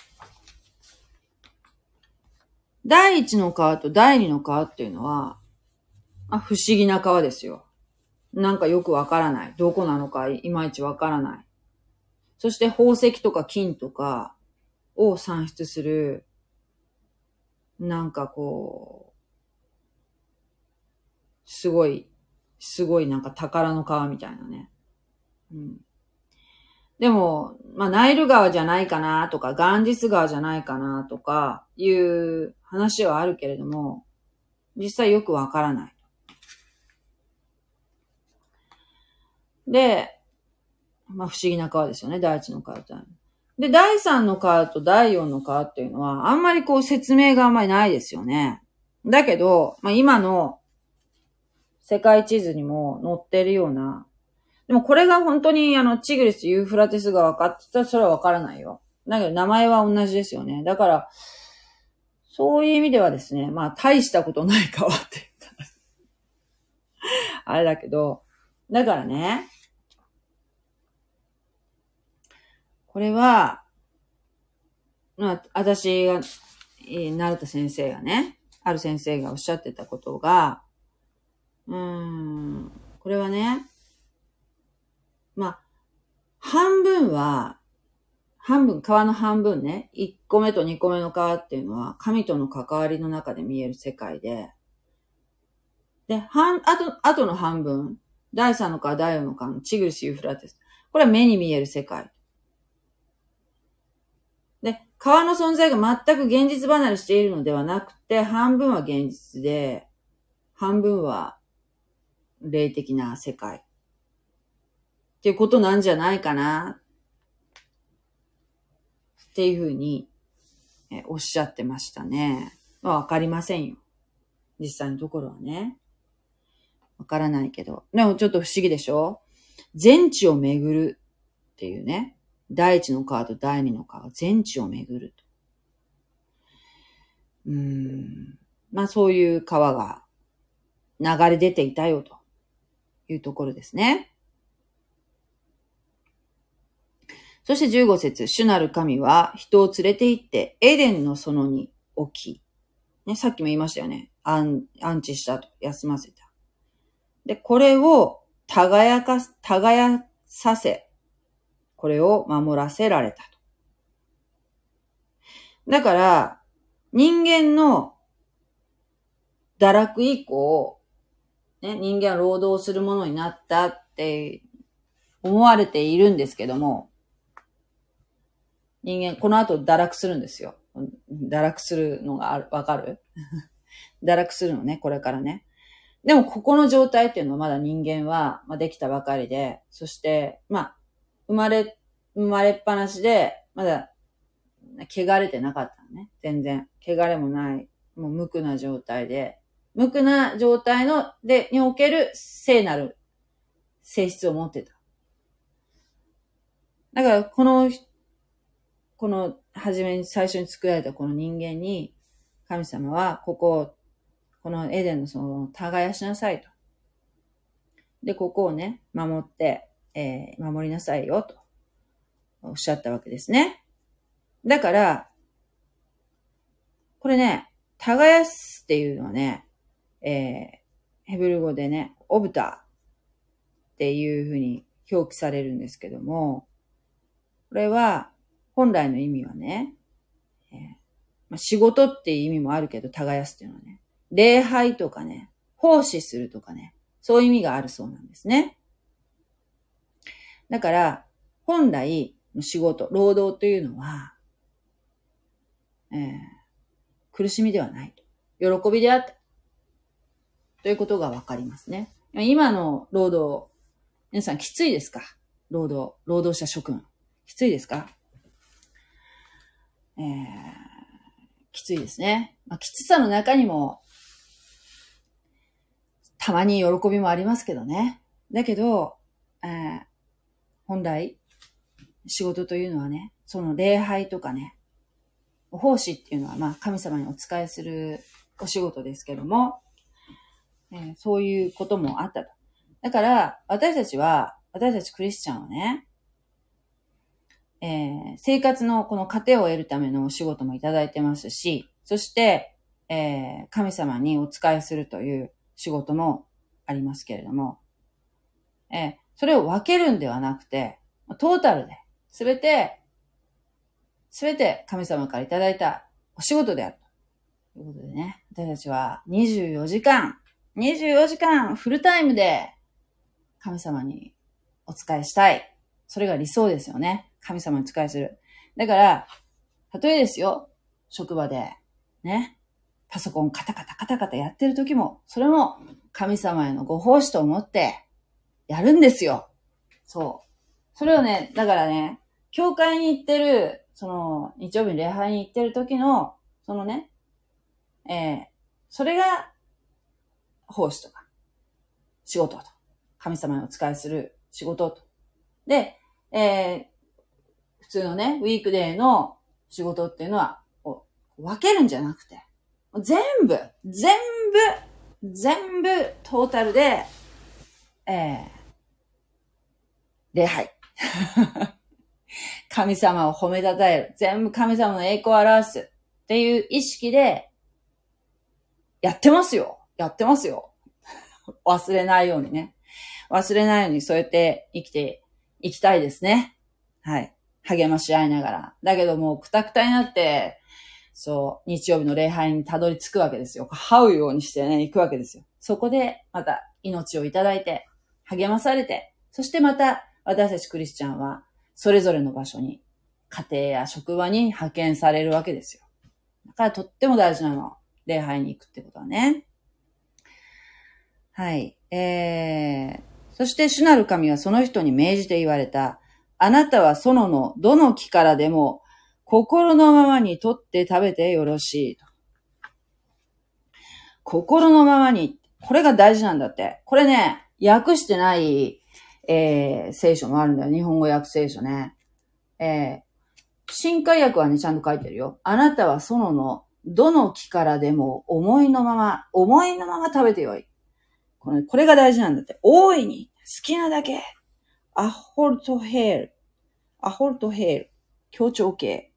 第一の川と第二の川っていうのは、不思議な川ですよ。なんかよくわからない。どこなのかいまいちわからない。そして宝石とか金とかを産出する、なんかこう、すごいなんか宝の川みたいなね。でも、ナイル川じゃないかなとか、ガンジス川じゃないかなとかいう話はあるけれども、実際よくわからない。で、不思議な川ですよね、第一の川と。で、第三の川と第四の川っていうのは、あんまりこう説明があんまりないですよね。だけど、今の世界地図にも載ってるような、でもこれが本当にチグリス・ユーフラテス川かって言ったらそれはわからないよ。だけど名前は同じですよね。だから、そういう意味ではですね、大したことない川って言ったらあれだけど、だからね、これは、私が、成田先生がね、ある先生がおっしゃってたことが、これはね、川の半分ね、1個目と2個目の川っていうのは、神との関わりの中で見える世界で、で、あとの半分、第3の川、第4の川のチグリス・ユーフラテス。これは目に見える世界。で、川の存在が全く現実離れしているのではなくて、半分は現実で、半分は霊的な世界。っていうことなんじゃないかな。っていうふうにおっしゃってましたね。わかりませんよ。実際のところはね。わからないけど。でもちょっと不思議でしょ？全地を巡るっていうね。第一の川と第二の川、全地を巡ると。そういう川が流れ出ていたよというところですね。そして15節、主なる神は人を連れて行ってエデンの園に置き、ね、さっきも言いましたよね。安置したと、休ませた。で、これを耕させ、これを守らせられたと。だから、人間の堕落以降、ね、人間は労働するものになったって思われているんですけども、人間、この後堕落するんですよ。堕落するのがわかる？堕落するのね、これからね。でも、ここの状態っていうのはまだ人間は、できたばかりで、そして、生まれっぱなしで、まだ、 汚れてなかったのね。全然。汚れもない。もう無垢な状態で。無垢な状態における聖なる性質を持ってた。だから、最初に作られたこの人間に、神様は、このエデンの耕しなさいと。で、ここをね、守りなさいよ、とおっしゃったわけですね。だから、これね、耕すっていうのはね、ヘブル語でね、オブタっていうふうに表記されるんですけども、これは、本来の意味はね、仕事っていう意味もあるけど、耕すっていうのはね、礼拝とかね、奉仕するとかね、そういう意味があるそうなんですね。だから、本来の仕事、労働というのは、苦しみではないと。喜びであった。ということがわかりますね。今の労働、皆さんきついですか？労働者諸君。きついですか？きついですね。きつさの中にも、たまに喜びもありますけどね。だけど、本来、仕事というのはね、その礼拝とかね、奉仕っていうのは神様にお仕えするお仕事ですけども、そういうこともあったと。だから、私たちクリスチャンはね、生活のこの糧を得るためのお仕事もいただいてますし、そして、神様にお仕えするという仕事もありますけれども、それを分けるんではなくて、トータルで、すべて神様からいただいたお仕事であるということでね、私たちは24時間フルタイムで神様にお仕えしたい。それが理想ですよね。神様にお仕えする。だから、例えですよ、職場で、ね、パソコンカタカタやってる時も、それも神様へのご奉仕と思ってやるんですよ。そう。それをね、だからね、教会に行ってる、日曜日に礼拝に行ってる時の、それが奉仕とか、仕事と。神様にお仕えする仕事と。で、普通のね、ウィークデーの仕事っていうのは、分けるんじゃなくて、全部、トータルで、礼拝。神様を褒めたたえる。全部神様の栄光を表す。っていう意識で、やってますよ。忘れないようにね。忘れないようにそうやって生きていきたいですね。はい。励まし合いながら。だけどもうくたくたになって、日曜日の礼拝にたどり着くわけですよ。這うようにしてね、行くわけですよ。そこでまた命をいただいて、励まされて、そしてまた私たちクリスチャンはそれぞれの場所に、家庭や職場に派遣されるわけですよ。だからとっても大事なの。礼拝に行くってことはね。はい。そして主なる神はその人に命じて言われた。あなたは園のどの木からでも心のままに取って食べてよろしい。心のままに。これが大事なんだって。これね、訳してない、聖書もあるんだよ。日本語訳聖書ね。新海訳はね、ちゃんと書いてるよ。あなたは園のどの木からでも思いのまま食べてよい。これが大事なんだって。大いに、好きなだけ。アホルトヘール。強調形。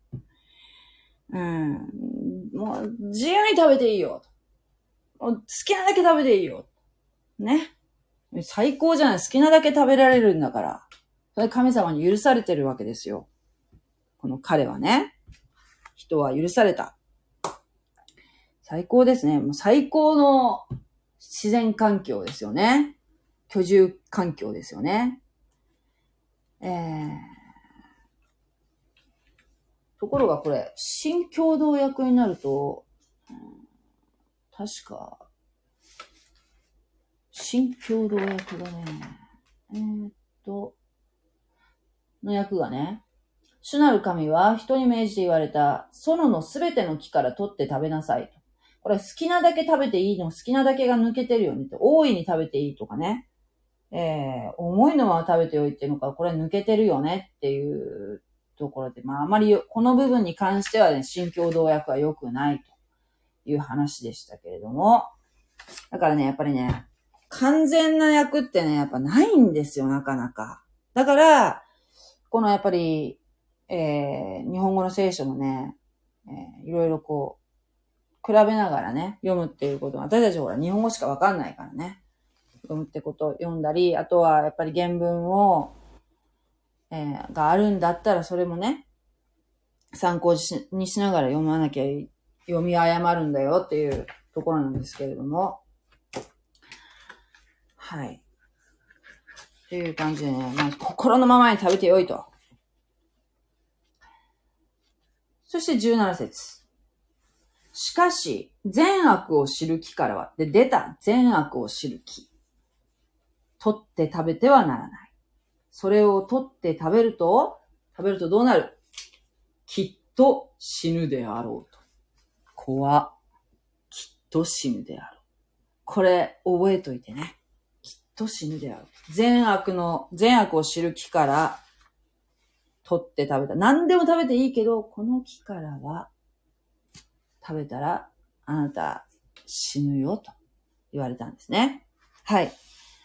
もう、自由に食べていいよ。好きなだけ食べていいよ。ね。最高じゃない。好きなだけ食べられるんだから。それ神様に許されてるわけですよ。この彼はね。人は許された。最高ですね。もう最高の自然環境ですよね。居住環境ですよね。ところがこれ、新共同訳になると、確か、新共同訳がね、の訳がね、 主なる神は人に命じて言われた、園のすべての木から取って食べなさいと。これ好きなだけ食べていいの、好きなだけが抜けてるよねって、大いに食べていいとかね。重いのは食べておいてるのか、これ抜けてるよねっていうところで、あまりこの部分に関してはね、新共同訳は良くないという話でしたけれども、だからね、やっぱりね、完全な訳ってね、やっぱないんですよ、なかなか。だから、このやっぱり、日本語の聖書もね、いろいろこう、比べながらね、読むっていうことは、私たちほら日本語しかわかんないからね。読むってことを読んだり、あとはやっぱり原文を、があるんだったらそれもね、参考にしながら読まなきゃ読み誤るんだよっていうところなんですけれども。はい。っていう感じでね、心のままに食べてよいと。そして17節。しかし、善悪を知る木からは、で、出た善悪を知る木。取って食べてはならない。それを取って食べるとどうなる？きっと死ぬであろうと。きっと死ぬであろう。これ覚えといてね。きっと死ぬであろう。善悪を知る木から取って食べた。何でも食べていいけど、この木からは食べたらあなた死ぬよと言われたんですね。はい。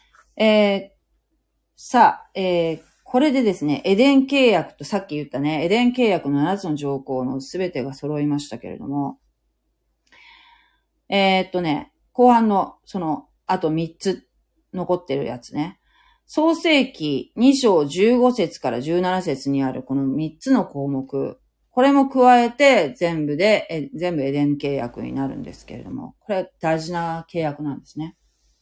これでですね、エデン契約とさっき言ったね、エデン契約の7つの条項のすべてが揃いましたけれども、後半のあと3つ残ってるやつね。創世記2章15節から17節にあるこの3つの項目、これも加えて全部エデン契約になるんですけれども、これ大事な契約なんですね。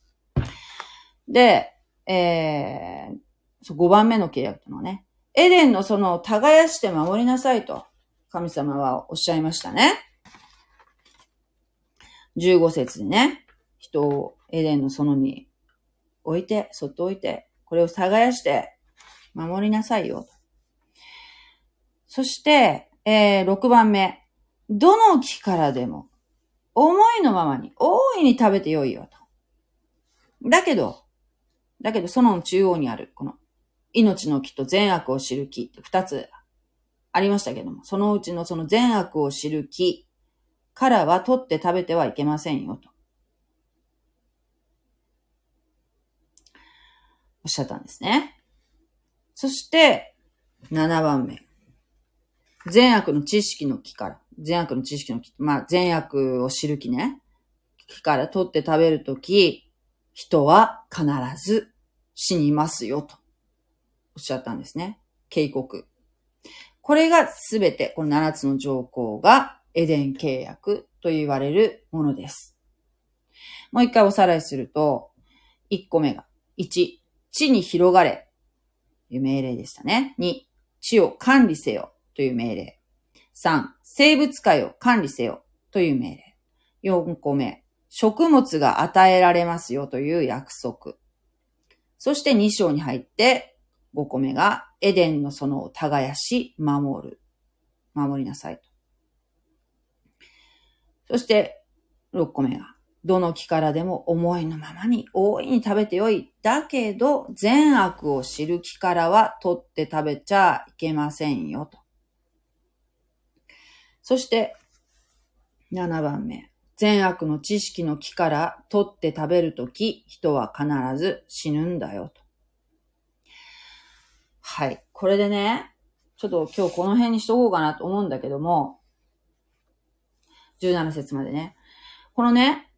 で、5番目の契約というのはね、エデンの園を耕して守りなさいと神様はおっしゃいましたね。15節でね、人をエデンの園にそっと置いて、これを耕して守りなさいよと。そして、6番目、どの木からでも思いのままに大いに食べてよいよと。だけど園の中央にあるこの命の木と善悪を知る木って2つありましたけども、そのうちのその善悪を知る木からは取って食べてはいけませんよとおっしゃったんですね。そして7番目、善悪の知識の木から、善悪を知る木ね、木から取って食べるとき、人は必ず死にますよとおっしゃったんですね。警告。これがすべて、この7つの条項がエデン契約と言われるものです。もう一回おさらいすると、1個目が、1、地に広がれという命令でしたね。2、地を管理せよという命令。3、生物界を管理せよという命令。4個目、食物が与えられますよという約束。そして2章に入って5個目がエデンの園を耕し守りなさいと。そして6個目がどの木からでも思いのままに大いに食べてよい。だけど善悪を知る木からは取って食べちゃいけませんよと。そして7番目。善悪の知識の木から取って食べるとき、人は必ず死ぬんだよと。はい。これでね、ちょっと今日この辺にしとこうかなと思うんだけども、17節までね。このね、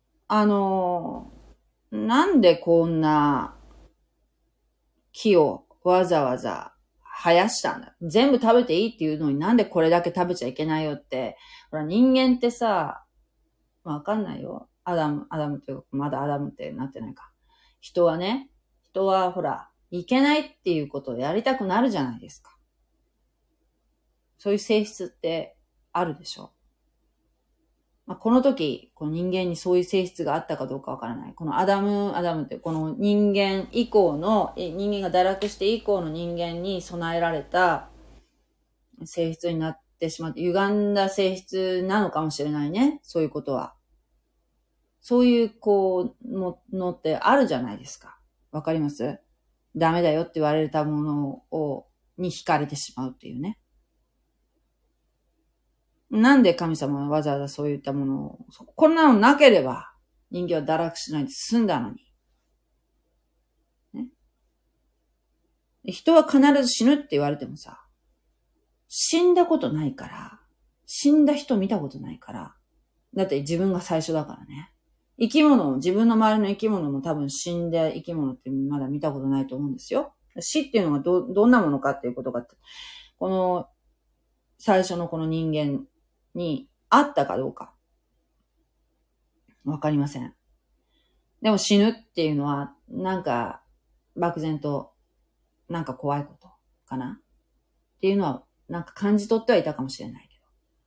なんでこんな木をわざわざ生やしたんだ。全部食べていいっていうのになんでこれだけ食べちゃいけないよって。ほら人間ってさ、わかんないよ。アダムというか、まだアダムってなってないか。人はほら、いけないっていうことをやりたくなるじゃないですか。そういう性質ってあるでしょ。この時、この人間にそういう性質があったかどうかわからない。このアダムってこの人間が堕落して以降の人間に備えられた性質になってしまって、歪んだ性質なのかもしれないね。そういうことは。そういう、のってあるじゃないですか。わかります？ダメだよって言われたものに惹かれてしまうっていうね。なんで神様はわざわざそういったものを、こんなのなければ人間は堕落しないで済んだのに。ね、人は必ず死ぬって言われてもさ、死んだことないから、死んだ人見たことないから、だって自分が最初だからね。生き物、自分の周りの生き物も多分死んだ生き物ってまだ見たことないと思うんですよ。死っていうのがどんなものかっていうことが、この最初のこの人間にあったかどうか、わかりません。でも死ぬっていうのは、なんか、漠然と、なんか怖いことかなっていうのは、なんか感じ取ってはいたかもしれないけ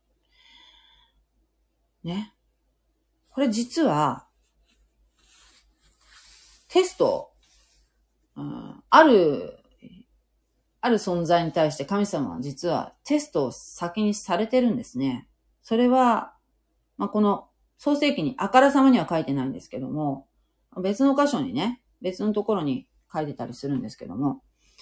ど。ね。これ実は、テスト、ある存在に対して神様は実はテストを先にされてるんですね。それは、この創世記にあからさまには書いてないんですけども、別の箇所にね、別のところに書いてたりするんですけども、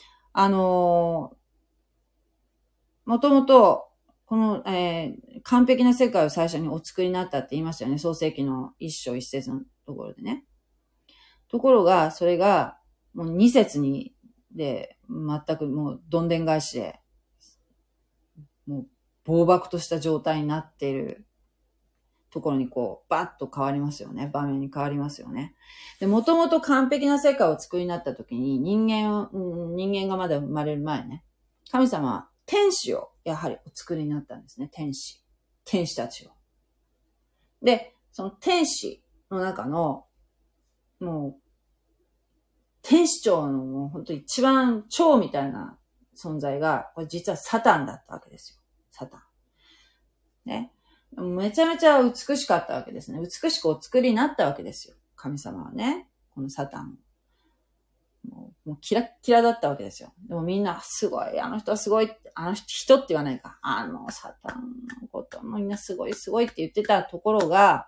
もともと、この、完璧な世界を最初にお作りになったって言いましたよね。創世記の一章一節のところでね。ところが、それが、もう二節で、全くもうどんでん返しで、もう暴漠とした状態になっているところにバッと変わりますよね。場面に変わりますよね。で、もともと完璧な世界を作りになった時に人間がまだ生まれる前ね、神様は天使をやはりお作りになったんですね。天使たちを。で、その天使の中の、もう、天使長のもう本当一番長みたいな存在が、これ実はサタンだったわけですよ。サタン。ね。めちゃめちゃ美しかったわけですね。美しくお作りになったわけですよ。神様はね。このサタン。もうキラッキラだったわけですよ。でもみんな、すごい、あの人はすごい、あの人って言わないか。サタンのことみんなすごいって言ってたところが、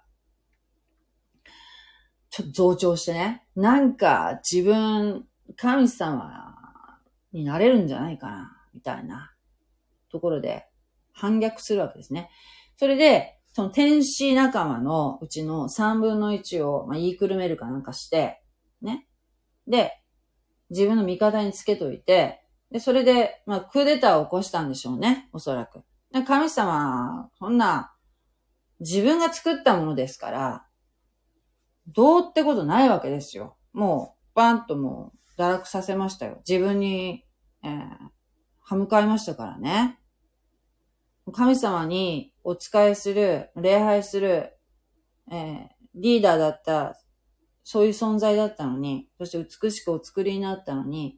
ちょっと増長してね。なんか自分、神様になれるんじゃないかな、みたいなところで反逆するわけですね。それで、その天使仲間のうちの3分の1を、言いくるめるかなんかして、ね。で、自分の味方につけといて、で、それで、クーデターを起こしたんでしょうね、おそらく。で神様、そんな、自分が作ったものですから、どうってことないわけですよ。もう、バンともう、堕落させましたよ。自分に、歯向かいましたからね。神様にお仕えする、礼拝する、リーダーだった、そういう存在だったのに、そして美しくお作りになったのに、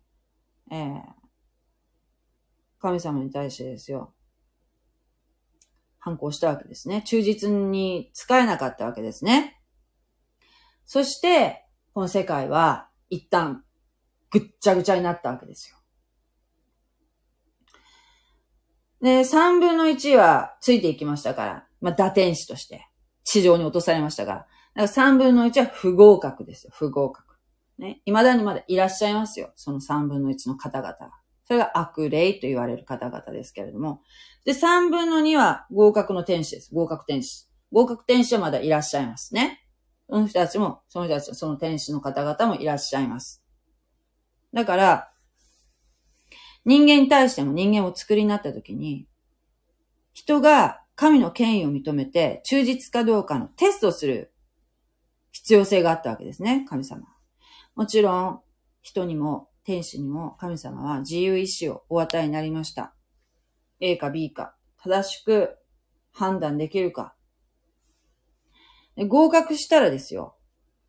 神様に対してですよ、反抗したわけですね。忠実に仕えなかったわけですね。そして、この世界は一旦ぐっちゃぐちゃになったわけですよ。で、3分の1はついていきましたから、堕天使として地上に落とされましたから、だから3分の1は不合格ですよ、不合格。ね。未だにまだいらっしゃいますよ、その3分の1の方々が。それが悪霊と言われる方々ですけれども。で、3分の2は合格の天使です。合格天使。合格天使はまだいらっしゃいますね。その人たち、その天使の方々もいらっしゃいます。だから、人間に対しても人間を作りになったときに、人が神の権威を認めて忠実かどうかのテストをする必要性があったわけですね、神様。もちろん、人にも天使にも神様は自由意志をお与えになりました。A か B か、正しく判断できるか。合格したらですよ。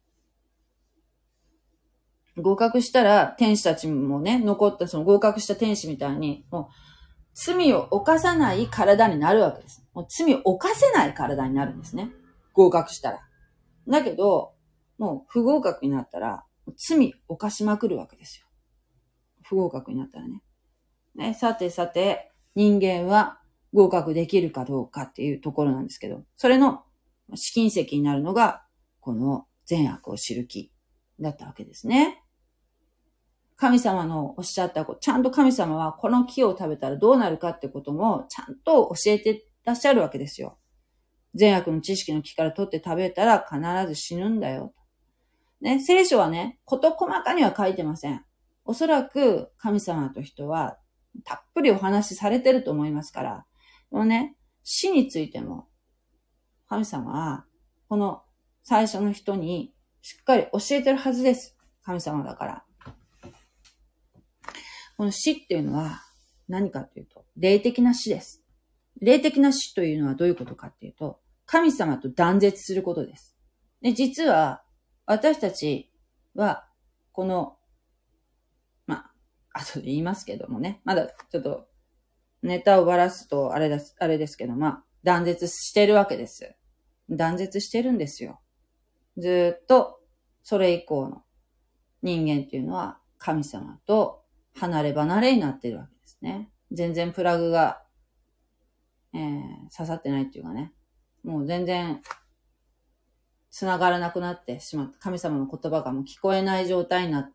合格したら天使たちもね、残ったその合格した天使みたいに、もう罪を犯さない体になるわけです。もう罪を犯せない体になるんですね。合格したら。だけど、もう不合格になったら、罪を犯しまくるわけですよ。不合格になったらね。さて、 人間は合格できるかどうかっていうところなんですけど、それの試金石になるのが、この善悪を知る木だったわけですね。神様のおっしゃったこと、ちゃんと神様はこの木を食べたらどうなるかってこともちゃんと教えてらっしゃるわけですよ。善悪の知識の木から取って食べたら必ず死ぬんだよ。ね、聖書はね、事細かには書いてません。おそらく神様と人はたっぷりお話しされてると思いますから、このね、死についても神様はこの最初の人にしっかり教えてるはずです。神様だから。この死っていうのは何かというと、霊的な死です。霊的な死というのはどういうことかっていうと、神様と断絶することです。で、実は私たちはこの、後で言いますけどもね、まだちょっとネタをばらすとあれですけど、断絶してるわけです。断絶してるんですよ。ずーっとそれ以降の人間っていうのは神様と離れ離れになってるわけですね。全然プラグが、刺さってないっていうかね。もう全然繋がらなくなってしまった。神様の言葉がもう聞こえない状態にな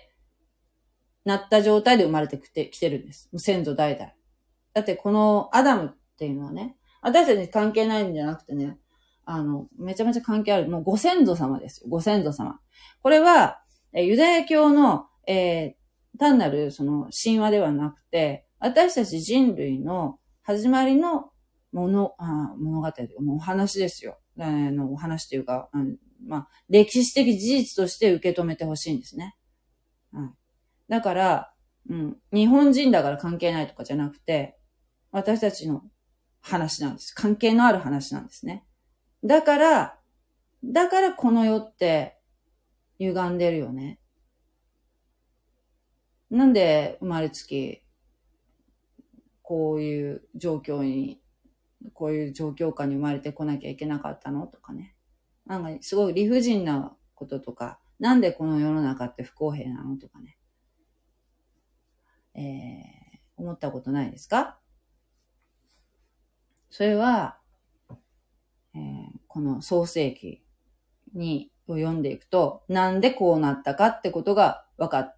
った状態で生まれてきてるんです。先祖代々。だってこのアダムっていうのはね、私たちに関係ないんじゃなくてね、めちゃめちゃ関係ある。もうご先祖様ですよ。ご先祖様。これは、ユダヤ教の、単なるその神話ではなくて、私たち人類の始まりの物語というか、もうお話ですよ。お話というか、歴史的事実として受け止めてほしいんですね。だから、日本人だから関係ないとかじゃなくて、私たちの話なんです。関係のある話なんですね。だからこの世って歪んでるよね。なんで生まれつき、こういう状況下に生まれてこなきゃいけなかったのとかね。なんかすごい理不尽なこととか、なんでこの世の中って不公平なのとかね。思ったことないですか？それは、この創世記を読んでいくと、なんでこうなったかってことが分かって、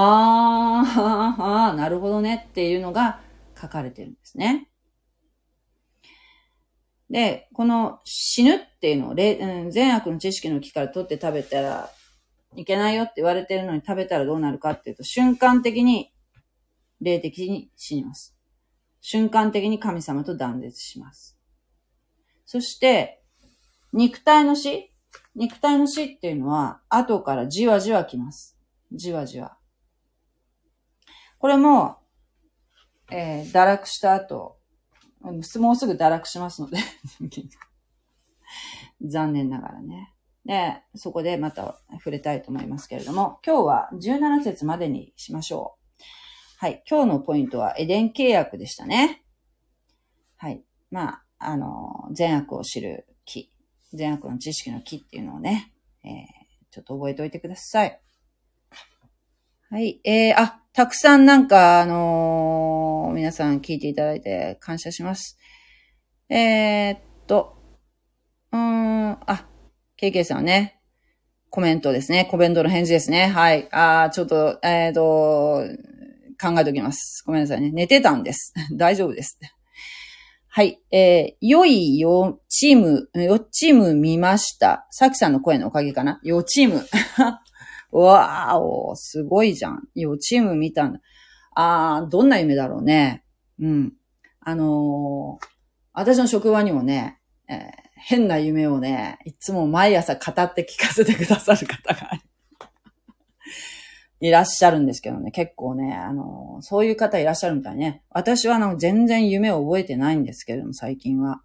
なるほどねっていうのが書かれてるんですね。で、この死ぬっていうのを、善悪の知識の木から取って食べたらいけないよって言われてるのに食べたらどうなるかっていうと、瞬間的に霊的に死にます。瞬間的に神様と断絶します。そして、肉体の死っていうのは、後からじわじわ来ます。じわじわ。これも、堕落した後、もうすぐ堕落しますので、残念ながらね。で、そこでまた触れたいと思いますけれども、今日は17節までにしましょう。はい。今日のポイントはエデン契約でしたね。はい。善悪を知る木。善悪の知識の木っていうのをね、ちょっと覚えておいてください。はい。たくさんなんか、皆さん聞いていただいて感謝します。KK さんね。コメントですね。コメントの返事ですね。はい。ちょっと、考えておきます。ごめんなさいね。寝てたんです。大丈夫です。はい。良いよチーム見ました。さきさんの声のおかげかな。よチーム。わーお、すごいじゃん。よチーム見たんだ。どんな夢だろうね。うん。私の職場にもね、変な夢をね、いつも毎朝語って聞かせてくださる方がいらっしゃるんですけどね、結構ね、そういう方いらっしゃるみたいね。私は全然夢を覚えてないんですけれども、最近は。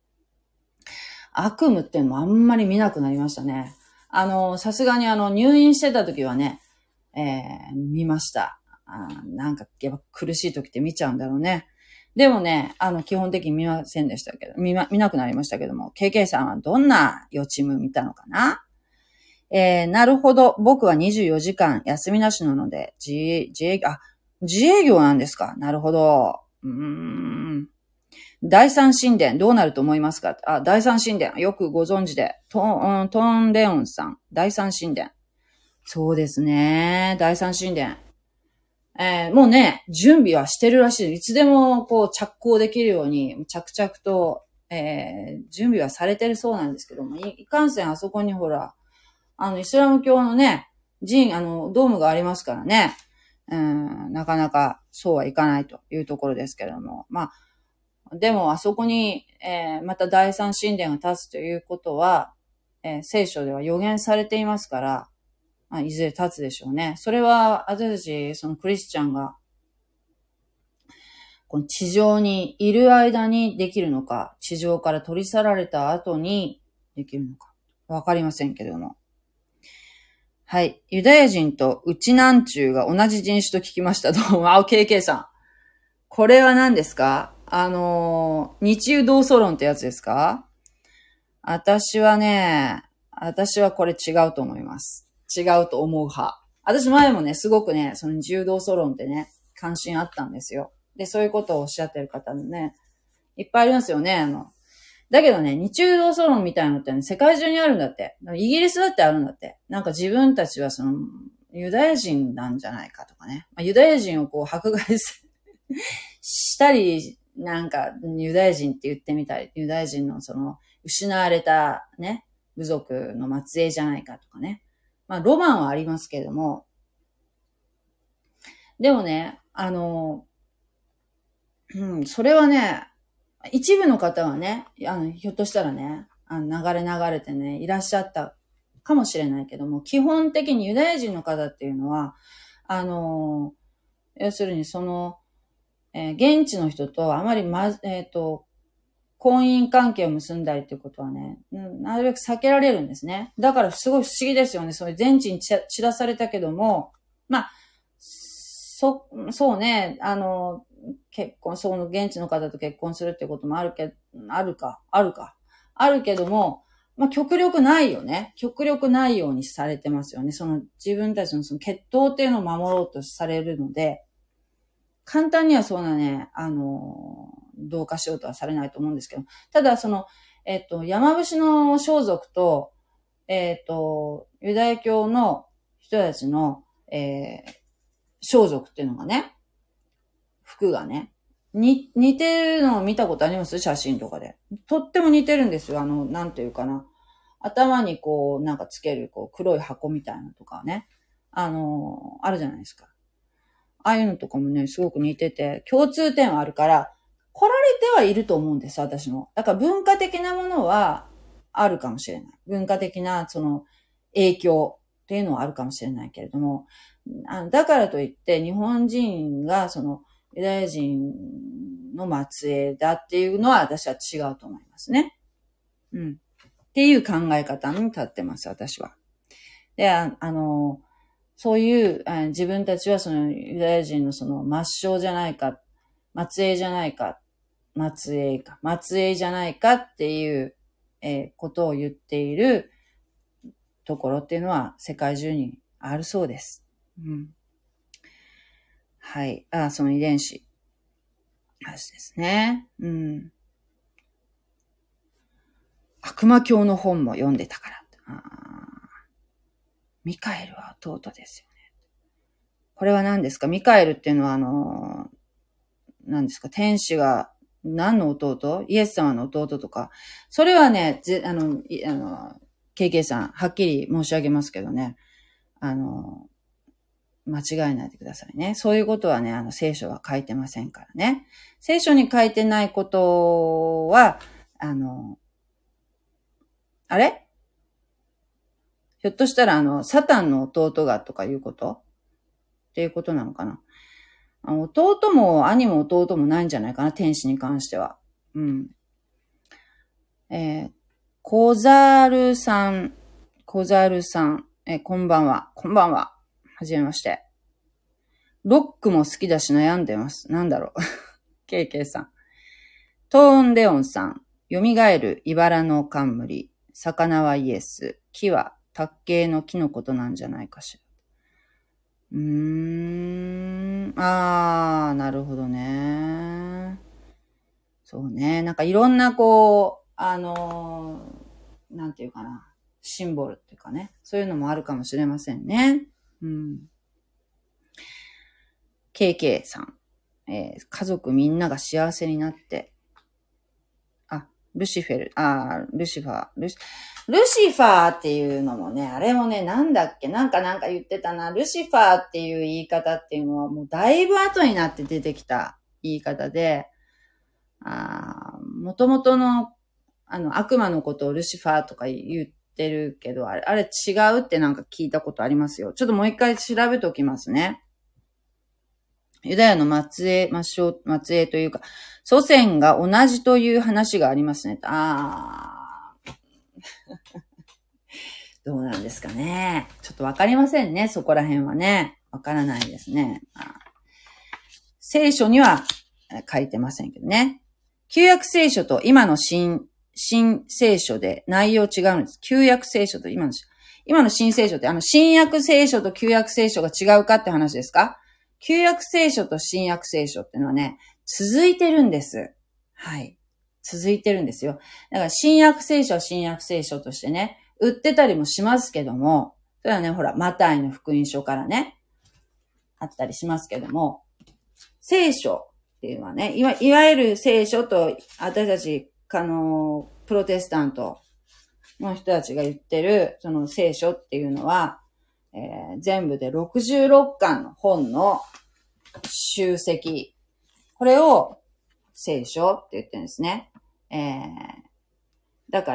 悪夢っていうのもあんまり見なくなりましたね。さすがに入院してた時はね、見ました。なんかやっぱ苦しい時って見ちゃうんだろうね。でもね、基本的に見ませんでしたけど、見なくなりましたけども、KK さんはどんな予知夢見たのかな？なるほど。僕は24時間休みなしなので、自営業なんですか？なるほど。 第三神殿、どうなると思いますか？第三神殿、よくご存知で。トーンレオンさん、第三神殿。そうですね、第三神殿。もうね、準備はしてるらしい。いつでも着工できるように、着々と、準備はされてるそうなんですけども、いかんせんあそこにほら、イスラム教のね、ドームがありますからね。なかなかそうはいかないというところですけれども。でもあそこに、また第三神殿が立つということは、聖書では予言されていますから、いずれ立つでしょうね。それは、私たち、そのクリスチャンが、この地上にいる間にできるのか、地上から取り去られた後にできるのか、わかりませんけれども。はい。ユダヤ人とウチナンチュウが同じ人種と聞きました。どうも、KK さん。これは何ですか？日中同祖論ってやつですか？私はこれ違うと思います。違うと思う派。私前もね、すごくね、その日中同祖論ってね、関心あったんですよ。で、そういうことをおっしゃってる方もね、いっぱいありますよね。だけどね、日中同祖論みたいなのってね、世界中にあるんだって。イギリスだってあるんだって。なんか自分たちはユダヤ人なんじゃないかとかね。ユダヤ人を迫害したり、なんかユダヤ人って言ってみたり、ユダヤ人の失われたね、部族の末裔じゃないかとかね。ロマンはありますけれども、でもね、それはね、一部の方はね、ひょっとしたらね、流れてね、いらっしゃったかもしれないけども、基本的にユダヤ人の方っていうのは、要するに現地の人とあまり婚姻関係を結んだりっていうことはね、なるべく避けられるんですね。だからすごい不思議ですよね。そういう全地に散らされたけども、そうね、結婚、現地の方と結婚するってこともあるけども、極力ないよね。極力ないようにされてますよね。自分たちの血統っていうのを守ろうとされるので、簡単にはそんなね、同化しようとはされないと思うんですけど、ただ山伏の装束と、ユダヤ教の人たちの、装束っていうのがね、服がね、似てるのを見たことあります？写真とかで。とっても似てるんですよ。なんていうかな。頭になんかつける、黒い箱みたいなのとかね。あるじゃないですか。ああいうのとかもね、すごく似てて、共通点はあるから、来られてはいると思うんです、私も。だから文化的なものはあるかもしれない。文化的な、影響っていうのはあるかもしれないけれども、だからといって、日本人が、ユダヤ人の末裔だっていうのは私は違うと思いますね。っていう考え方に立ってます、私は。で、そういう、自分たちはユダヤ人の末梢じゃないか、末裔じゃないか、末裔じゃないかっていう、ことを言っているところっていうのは世界中にあるそうです。はい。その遺伝子。話ですね。悪魔教の本も読んでたから。ミカエルは弟ですよね。これは何ですか？ミカエルっていうのは何ですか？天使が何の弟？イエス様の弟とか。それはね、KK さん、はっきり申し上げますけどね。間違えないでくださいね。そういうことはね、聖書は書いてませんからね。聖書に書いてないことは、あれ？ひょっとしたらサタンの弟がとかいうことっていうことなのかな。弟も兄も弟もないんじゃないかな、天使に関しては。小猿さん、こんばんは。はじめまして。ロックも好きだし悩んでます。なんだろう。KK さん。トーンレオンさん。蘇る茨の冠。魚はイエス。木は卓形の木のことなんじゃないかしら。なるほどね。 そうね。なんかいろんなこう、なんていうかな。シンボルっていうかね。そういうのもあるかもしれませんね。うん。KK さん。家族みんなが幸せになって、ルシファーっていうのもね、あれもね、なんだっけ、なんか言ってたな。ルシファーっていう言い方っていうのはもうだいぶ後になって出てきた言い方で、元々の、悪魔のことをルシファーとか言ってるけど、あれ違うってなんか聞いたことありますよ。ちょっともう一回調べておきますね。ユダヤの末裔というか、祖先が同じという話がありますね。どうなんですかね。ちょっとわかりませんね。そこら辺はね。わからないですね。聖書には書いてませんけどね。旧約聖書と今の新聖書で内容違うんです。旧約聖書と今の新聖書って新約聖書と旧約聖書が違うかって話ですか？旧約聖書と新約聖書っていうのはね、続いてるんです。はい。続いてるんですよ。だから新約聖書は新約聖書としてね、売ってたりもしますけども、それはね、ほら、マタイの福音書からね、あったりしますけども、聖書っていうのはね、いわゆる聖書と、私たち、プロテスタントの人たちが言ってる、その聖書っていうのは、全部で66巻の本の集積。これを聖書って言ってるんですね。だから、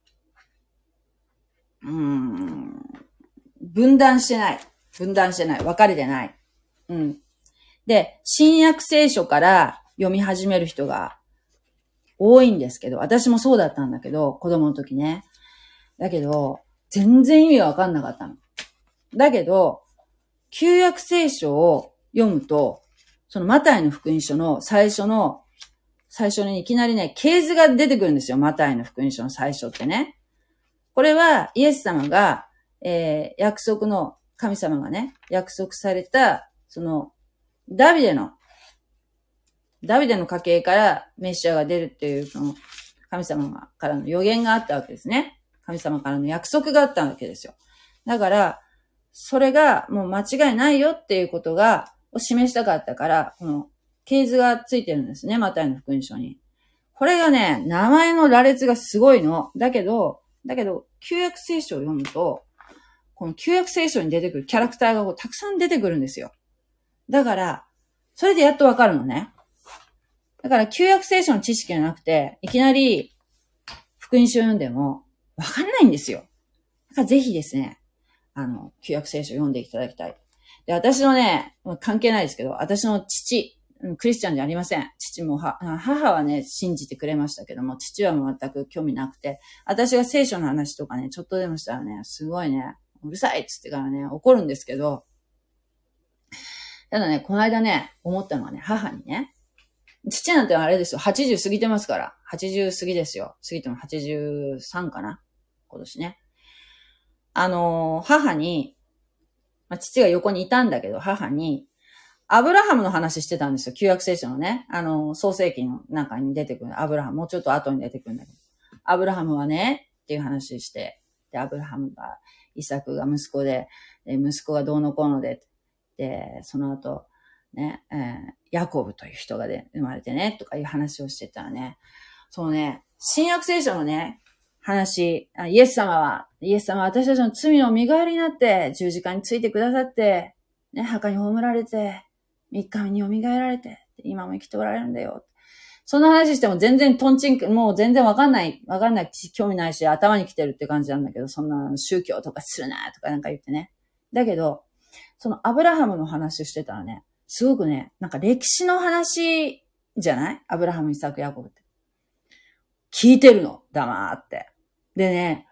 分断してない。分かれてない。うん。で、新約聖書から読み始める人が多いんですけど、私もそうだったんだけど、子供の時ね。だけど、全然意味がわかんなかったの。だけど、旧約聖書を読むと、そのマタイの福音書の最初にいきなりね、系図が出てくるんですよ。マタイの福音書の最初ってね。これはイエス様が、約束の神様がね、約束された、その、ダビデの家系からメシアが出るっていう、その、神様からの予言があったわけですね。神様からの約束があったわけですよ。だから、それがもう間違いないよっていうことを示したかったから、この系図がついてるんですね、マタイの福音書に。これがね、名前の羅列がすごいの。だけど、旧約聖書を読むと、この旧約聖書に出てくるキャラクターがたくさん出てくるんですよ。だから、それでやっとわかるのね。だから、旧約聖書の知識がなくて、いきなり福音書を読んでもわかんないんですよ。だからぜひですね、旧約聖書を読んでいただきたい。で、私のね、関係ないですけど、私の父、クリスチャンじゃありません。父も母はね、信じてくれましたけども、父はもう全く興味なくて、私が聖書の話とかね、ちょっとでもしたらね、すごいね、うるさいっつってからね、怒るんですけど、ただね、この間ね、思ったのはね、母にね、父なんてあれですよ、80過ぎてますから、80過ぎですよ。過ぎても83かな今年ね。母に、父が横にいたんだけど、母に、アブラハムの話してたんですよ。旧約聖書のね。創世記の中に出てくる。アブラハム、もうちょっと後に出てくるんだけど。アブラハムはね、っていう話して、で、アブラハムが、イサクが息子で、息子がどうのこうので、で、その後、ね、ヤコブという人が生まれてね、とかいう話をしてたらね、そうね、新約聖書のね、話、イエス様は私たちの罪の身代わりになって、十字架についてくださって、ね、墓に葬られて、3日目に蘇られて、今も生きておられるんだよ。そんな話しても全然もう全然わかんない、興味ないし、頭に来てるって感じなんだけど、そんな宗教とかするなとかなんか言ってね。だけど、そのアブラハムの話してたらね、すごくね、なんか歴史の話じゃない？アブラハム、イサク、ヤコブって。聞いてるの、黙って。でね、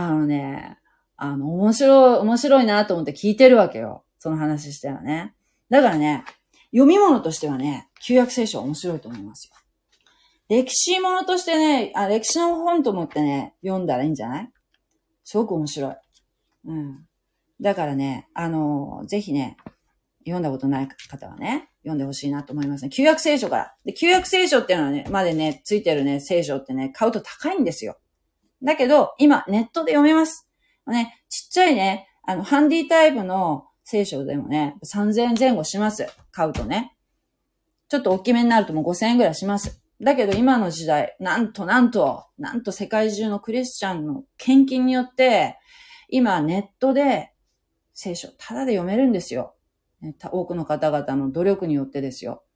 面白いなと思って聞いてるわけよ。その話してたらね。だからね、読み物としてはね、旧約聖書は面白いと思いますよ。歴史物としてね、歴史の本と思ってね、読んだらいいんじゃない？すごく面白い。うん。だからね、ぜひね、 読んだことない方はね、読んでほしいなと思いますね。旧約聖書から。で、旧約聖書っていうのはね、までね、ついてるね、聖書ってね、買うと高いんですよ。だけど、今、ネットで読めます。ね、ちっちゃいね、ハンディタイプの聖書でもね、3000円前後します。買うとね。ちょっと大きめになるともう5000円ぐらいします。だけど今の時代、なんと世界中のクリスチャンの献金によって、今ネットで聖書ただで読めるんですよ。多くの方々の努力によってですよ。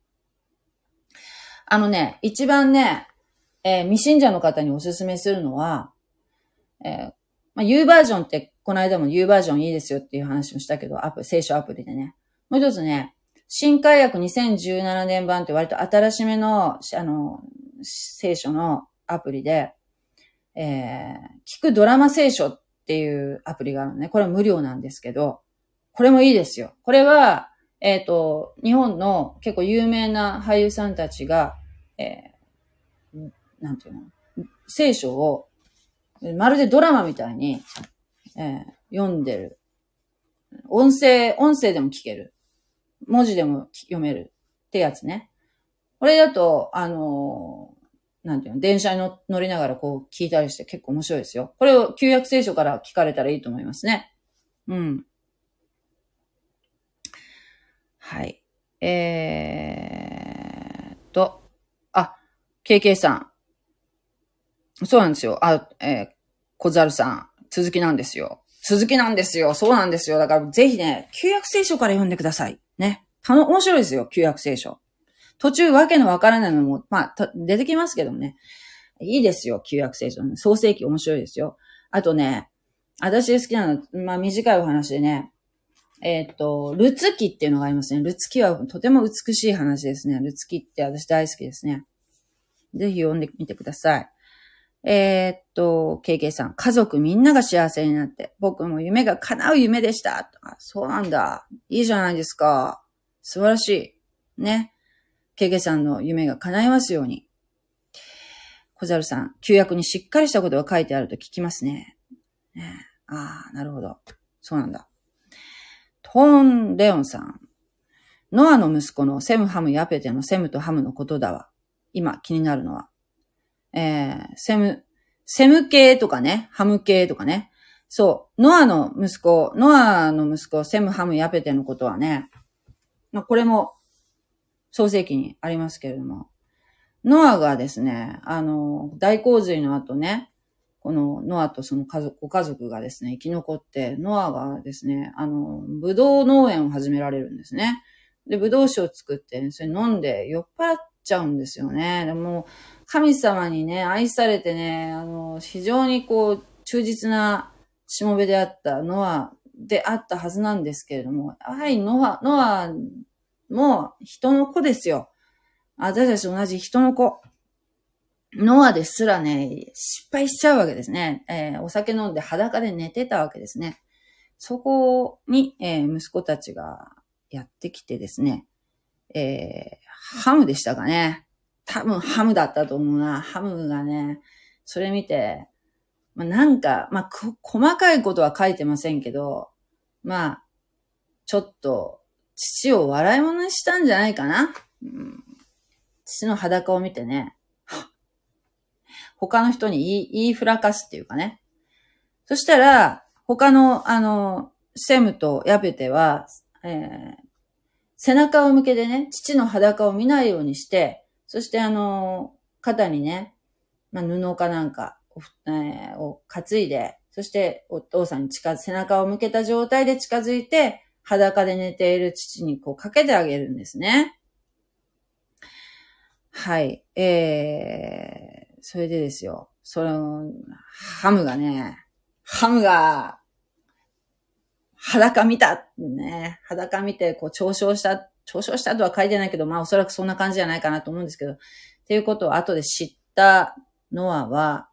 一番ね、未信者の方におすすめするのは、U バージョンって、この間も U バージョンいいですよっていう話もしたけど、聖書アプリでね。もう一つね、新改訳2017年版って割と新しめの、聖書のアプリで、聞くドラマ聖書っていうアプリがあるのね。これは無料なんですけど、これもいいですよ。これは、日本の結構有名な俳優さんたちが、なんていうの、聖書をまるでドラマみたいに、読んでる。音声でも聞ける。文字でも読めるってやつね。これだと、なんていうの、電車に乗りながらこう聞いたりして結構面白いですよ。これを旧約聖書から聞かれたらいいと思いますね。うん。はい。KK さん。そうなんですよ。小猿さん。続きなんですよ。そうなんですよ。だからぜひね、旧約聖書から読んでください。ね。面白いですよ、旧約聖書。途中わけのわからないのも、出てきますけどもね。いいですよ、旧約聖書。創世記面白いですよ。あとね、私好きなの、短いお話でね、ルツ記っていうのがありますね。ルツ記はとても美しい話ですね。ルツ記って私大好きですね。ぜひ読んでみてください。KK さん、家族みんなが幸せになって、僕も夢が叶う夢でした。そうなんだ。いいじゃないですか。素晴らしい。ね。KK さんの夢が叶いますように。小猿さん、旧約にしっかりしたことが書いてあると聞きますね。なるほど。そうなんだ。トーンレオンさん、ノアの息子のセムハムヤペテのセムとハムのことだわ。今気になるのは。セム系とかね、ハム系とかね。そう、ノアの息子、セムハムヤペテのことはね、これも創世記にありますけれども、ノアがですね、大洪水の後ね、このノアとそのご家族がですね、生き残って、ノアがですね、ブドウ農園を始められるんですね。で、ブドウ酒を作って、それ飲んで酔っ払っちゃうんですよね。でも、神様にね、愛されてね、非常に忠実なしもべであったノアであったはずなんですけれども、やはりノアも人の子ですよ。私たち同じ人の子。ノアですらね、失敗しちゃうわけですね。お酒飲んで裸で寝てたわけですね。そこに、息子たちがやってきてですね、ハムでしたかね。多分ハムだったと思うな。ハムがね、それ見て、細かいことは書いてませんけど、ちょっと、父を笑い物にしたんじゃないかな。父の裸を見てね、他の人に言いふらかすっていうかね。そしたら、他の、セムとヤペテは、背中を向けてね、父の裸を見ないようにして、そして肩にね、布かなんかを担いで、そしてお父さんに背中を向けた状態で近づいて、裸で寝ている父にかけてあげるんですね。はい。それでですよ。ハムが、裸見たね。裸見て、嘲笑したとは書いてないけど、おそらくそんな感じじゃないかなと思うんですけど、っていうことを後で知ったノアは、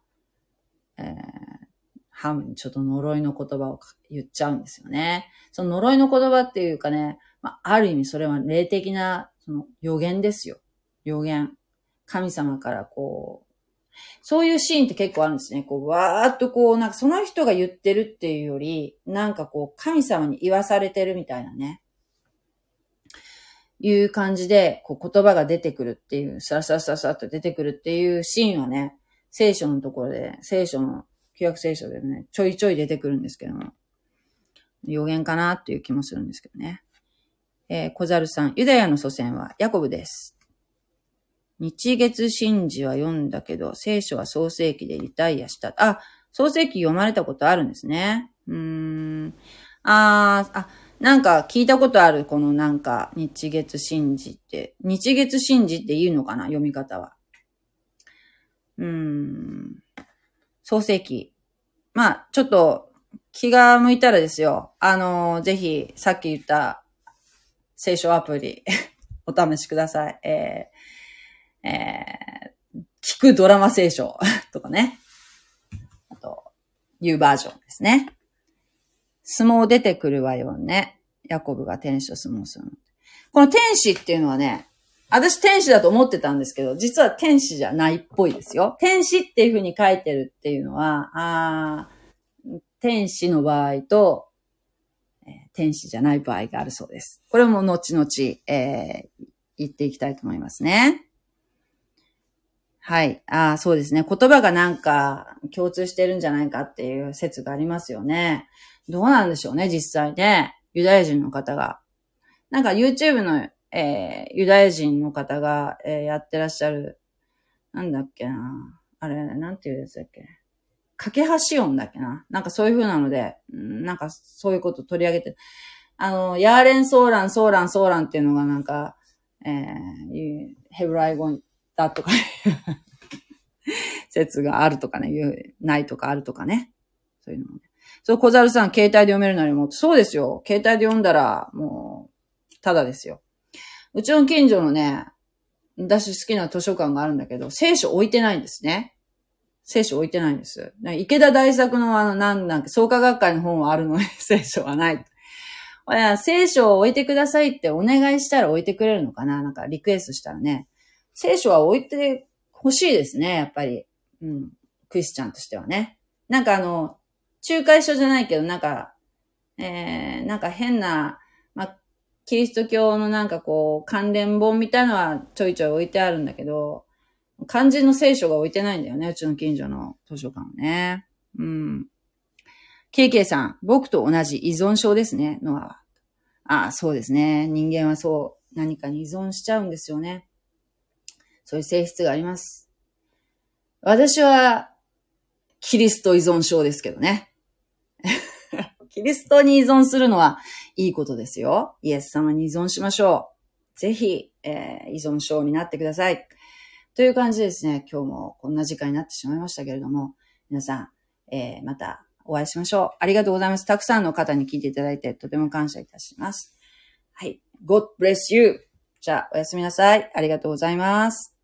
ハムにちょっと呪いの言葉を言っちゃうんですよね。その呪いの言葉っていうかね、ある意味それは霊的な、予言ですよ。予言。神様からそういうシーンって結構あるんですね。わーっとその人が言ってるっていうより、神様に言わされてるみたいなね。 いう感じで、こう言葉が出てくるっていう、サラサラサラサラと出てくるっていうシーンはね、聖書のところで、旧約聖書でね、ちょいちょい出てくるんですけども、予言かなっていう気もするんですけどね。小猿さん、ユダヤの祖先はヤコブです。日月神事は読んだけど、聖書は創世記でリタイアした。あ、創世記読まれたことあるんですね。なんか聞いたことある、このなんか、日月神事って。日月神事って言うのかな、読み方は。創世記。まあ、ちょっと気が向いたらですよ。ぜひ、さっき言った聖書アプリ、お試しください。聞くドラマ聖書とかね。あと、いうバージョンですね。相撲出てくるわよね。ヤコブが天使と相撲するの。この天使っていうのはね、私天使だと思ってたんですけど、実は天使じゃないっぽいですよ。天使っていう風に書いてるっていうのは、天使の場合と、天使じゃない場合があるそうです。これも後々、言っていきたいと思いますね。はい。そうですね。言葉がなんか共通してるんじゃないかっていう説がありますよね。どうなんでしょうね、実際ね。ユダヤ人の方が。なんか YouTube の、ユダヤ人の方が、やってらっしゃる、なんだっけな。あれ、なんていうやつだっけ。架け橋音だっけな。なんかそういう風なので、なんかそういうこと取り上げて、ヤーレンソーラン、ソーラン、ソーランっていうのがなんか、ヘブライ語だとか説があるとかね、ないとかあるとかね。そういうのもね。小猿さん、携帯で読めるなりも、そうですよ。携帯で読んだら、もう、ただですよ。うちの近所のね、私好きな図書館があるんだけど、聖書置いてないんですね。聖書置いてないんです。池田大作のなんだっけ、創価学会の本はあるのに聖書はない。聖書を置いてくださいってお願いしたら置いてくれるのかな、なんかリクエストしたらね。聖書は置いてほしいですね、やっぱり。クリスチャンとしてはね。なんか仲介書じゃないけど、なんか変な、キリスト教のなんかこう、関連本みたいなのはちょいちょい置いてあるんだけど、漢字の聖書が置いてないんだよね、うちの近所の図書館はね。KK さん、僕と同じ依存症ですね、ノアは。そうですね。人間はそう、何かに依存しちゃうんですよね。そういう性質があります。私は、キリスト依存症ですけどね。キリストに依存するのはいいことですよ。イエス様に依存しましょう。ぜひ、依存症になってください。という感じですね。今日もこんな時間になってしまいましたけれども、皆さん、またお会いしましょう。ありがとうございます。たくさんの方に聞いていただいてとても感謝いたします。はい。God bless you. じゃあ、おやすみなさい。ありがとうございます。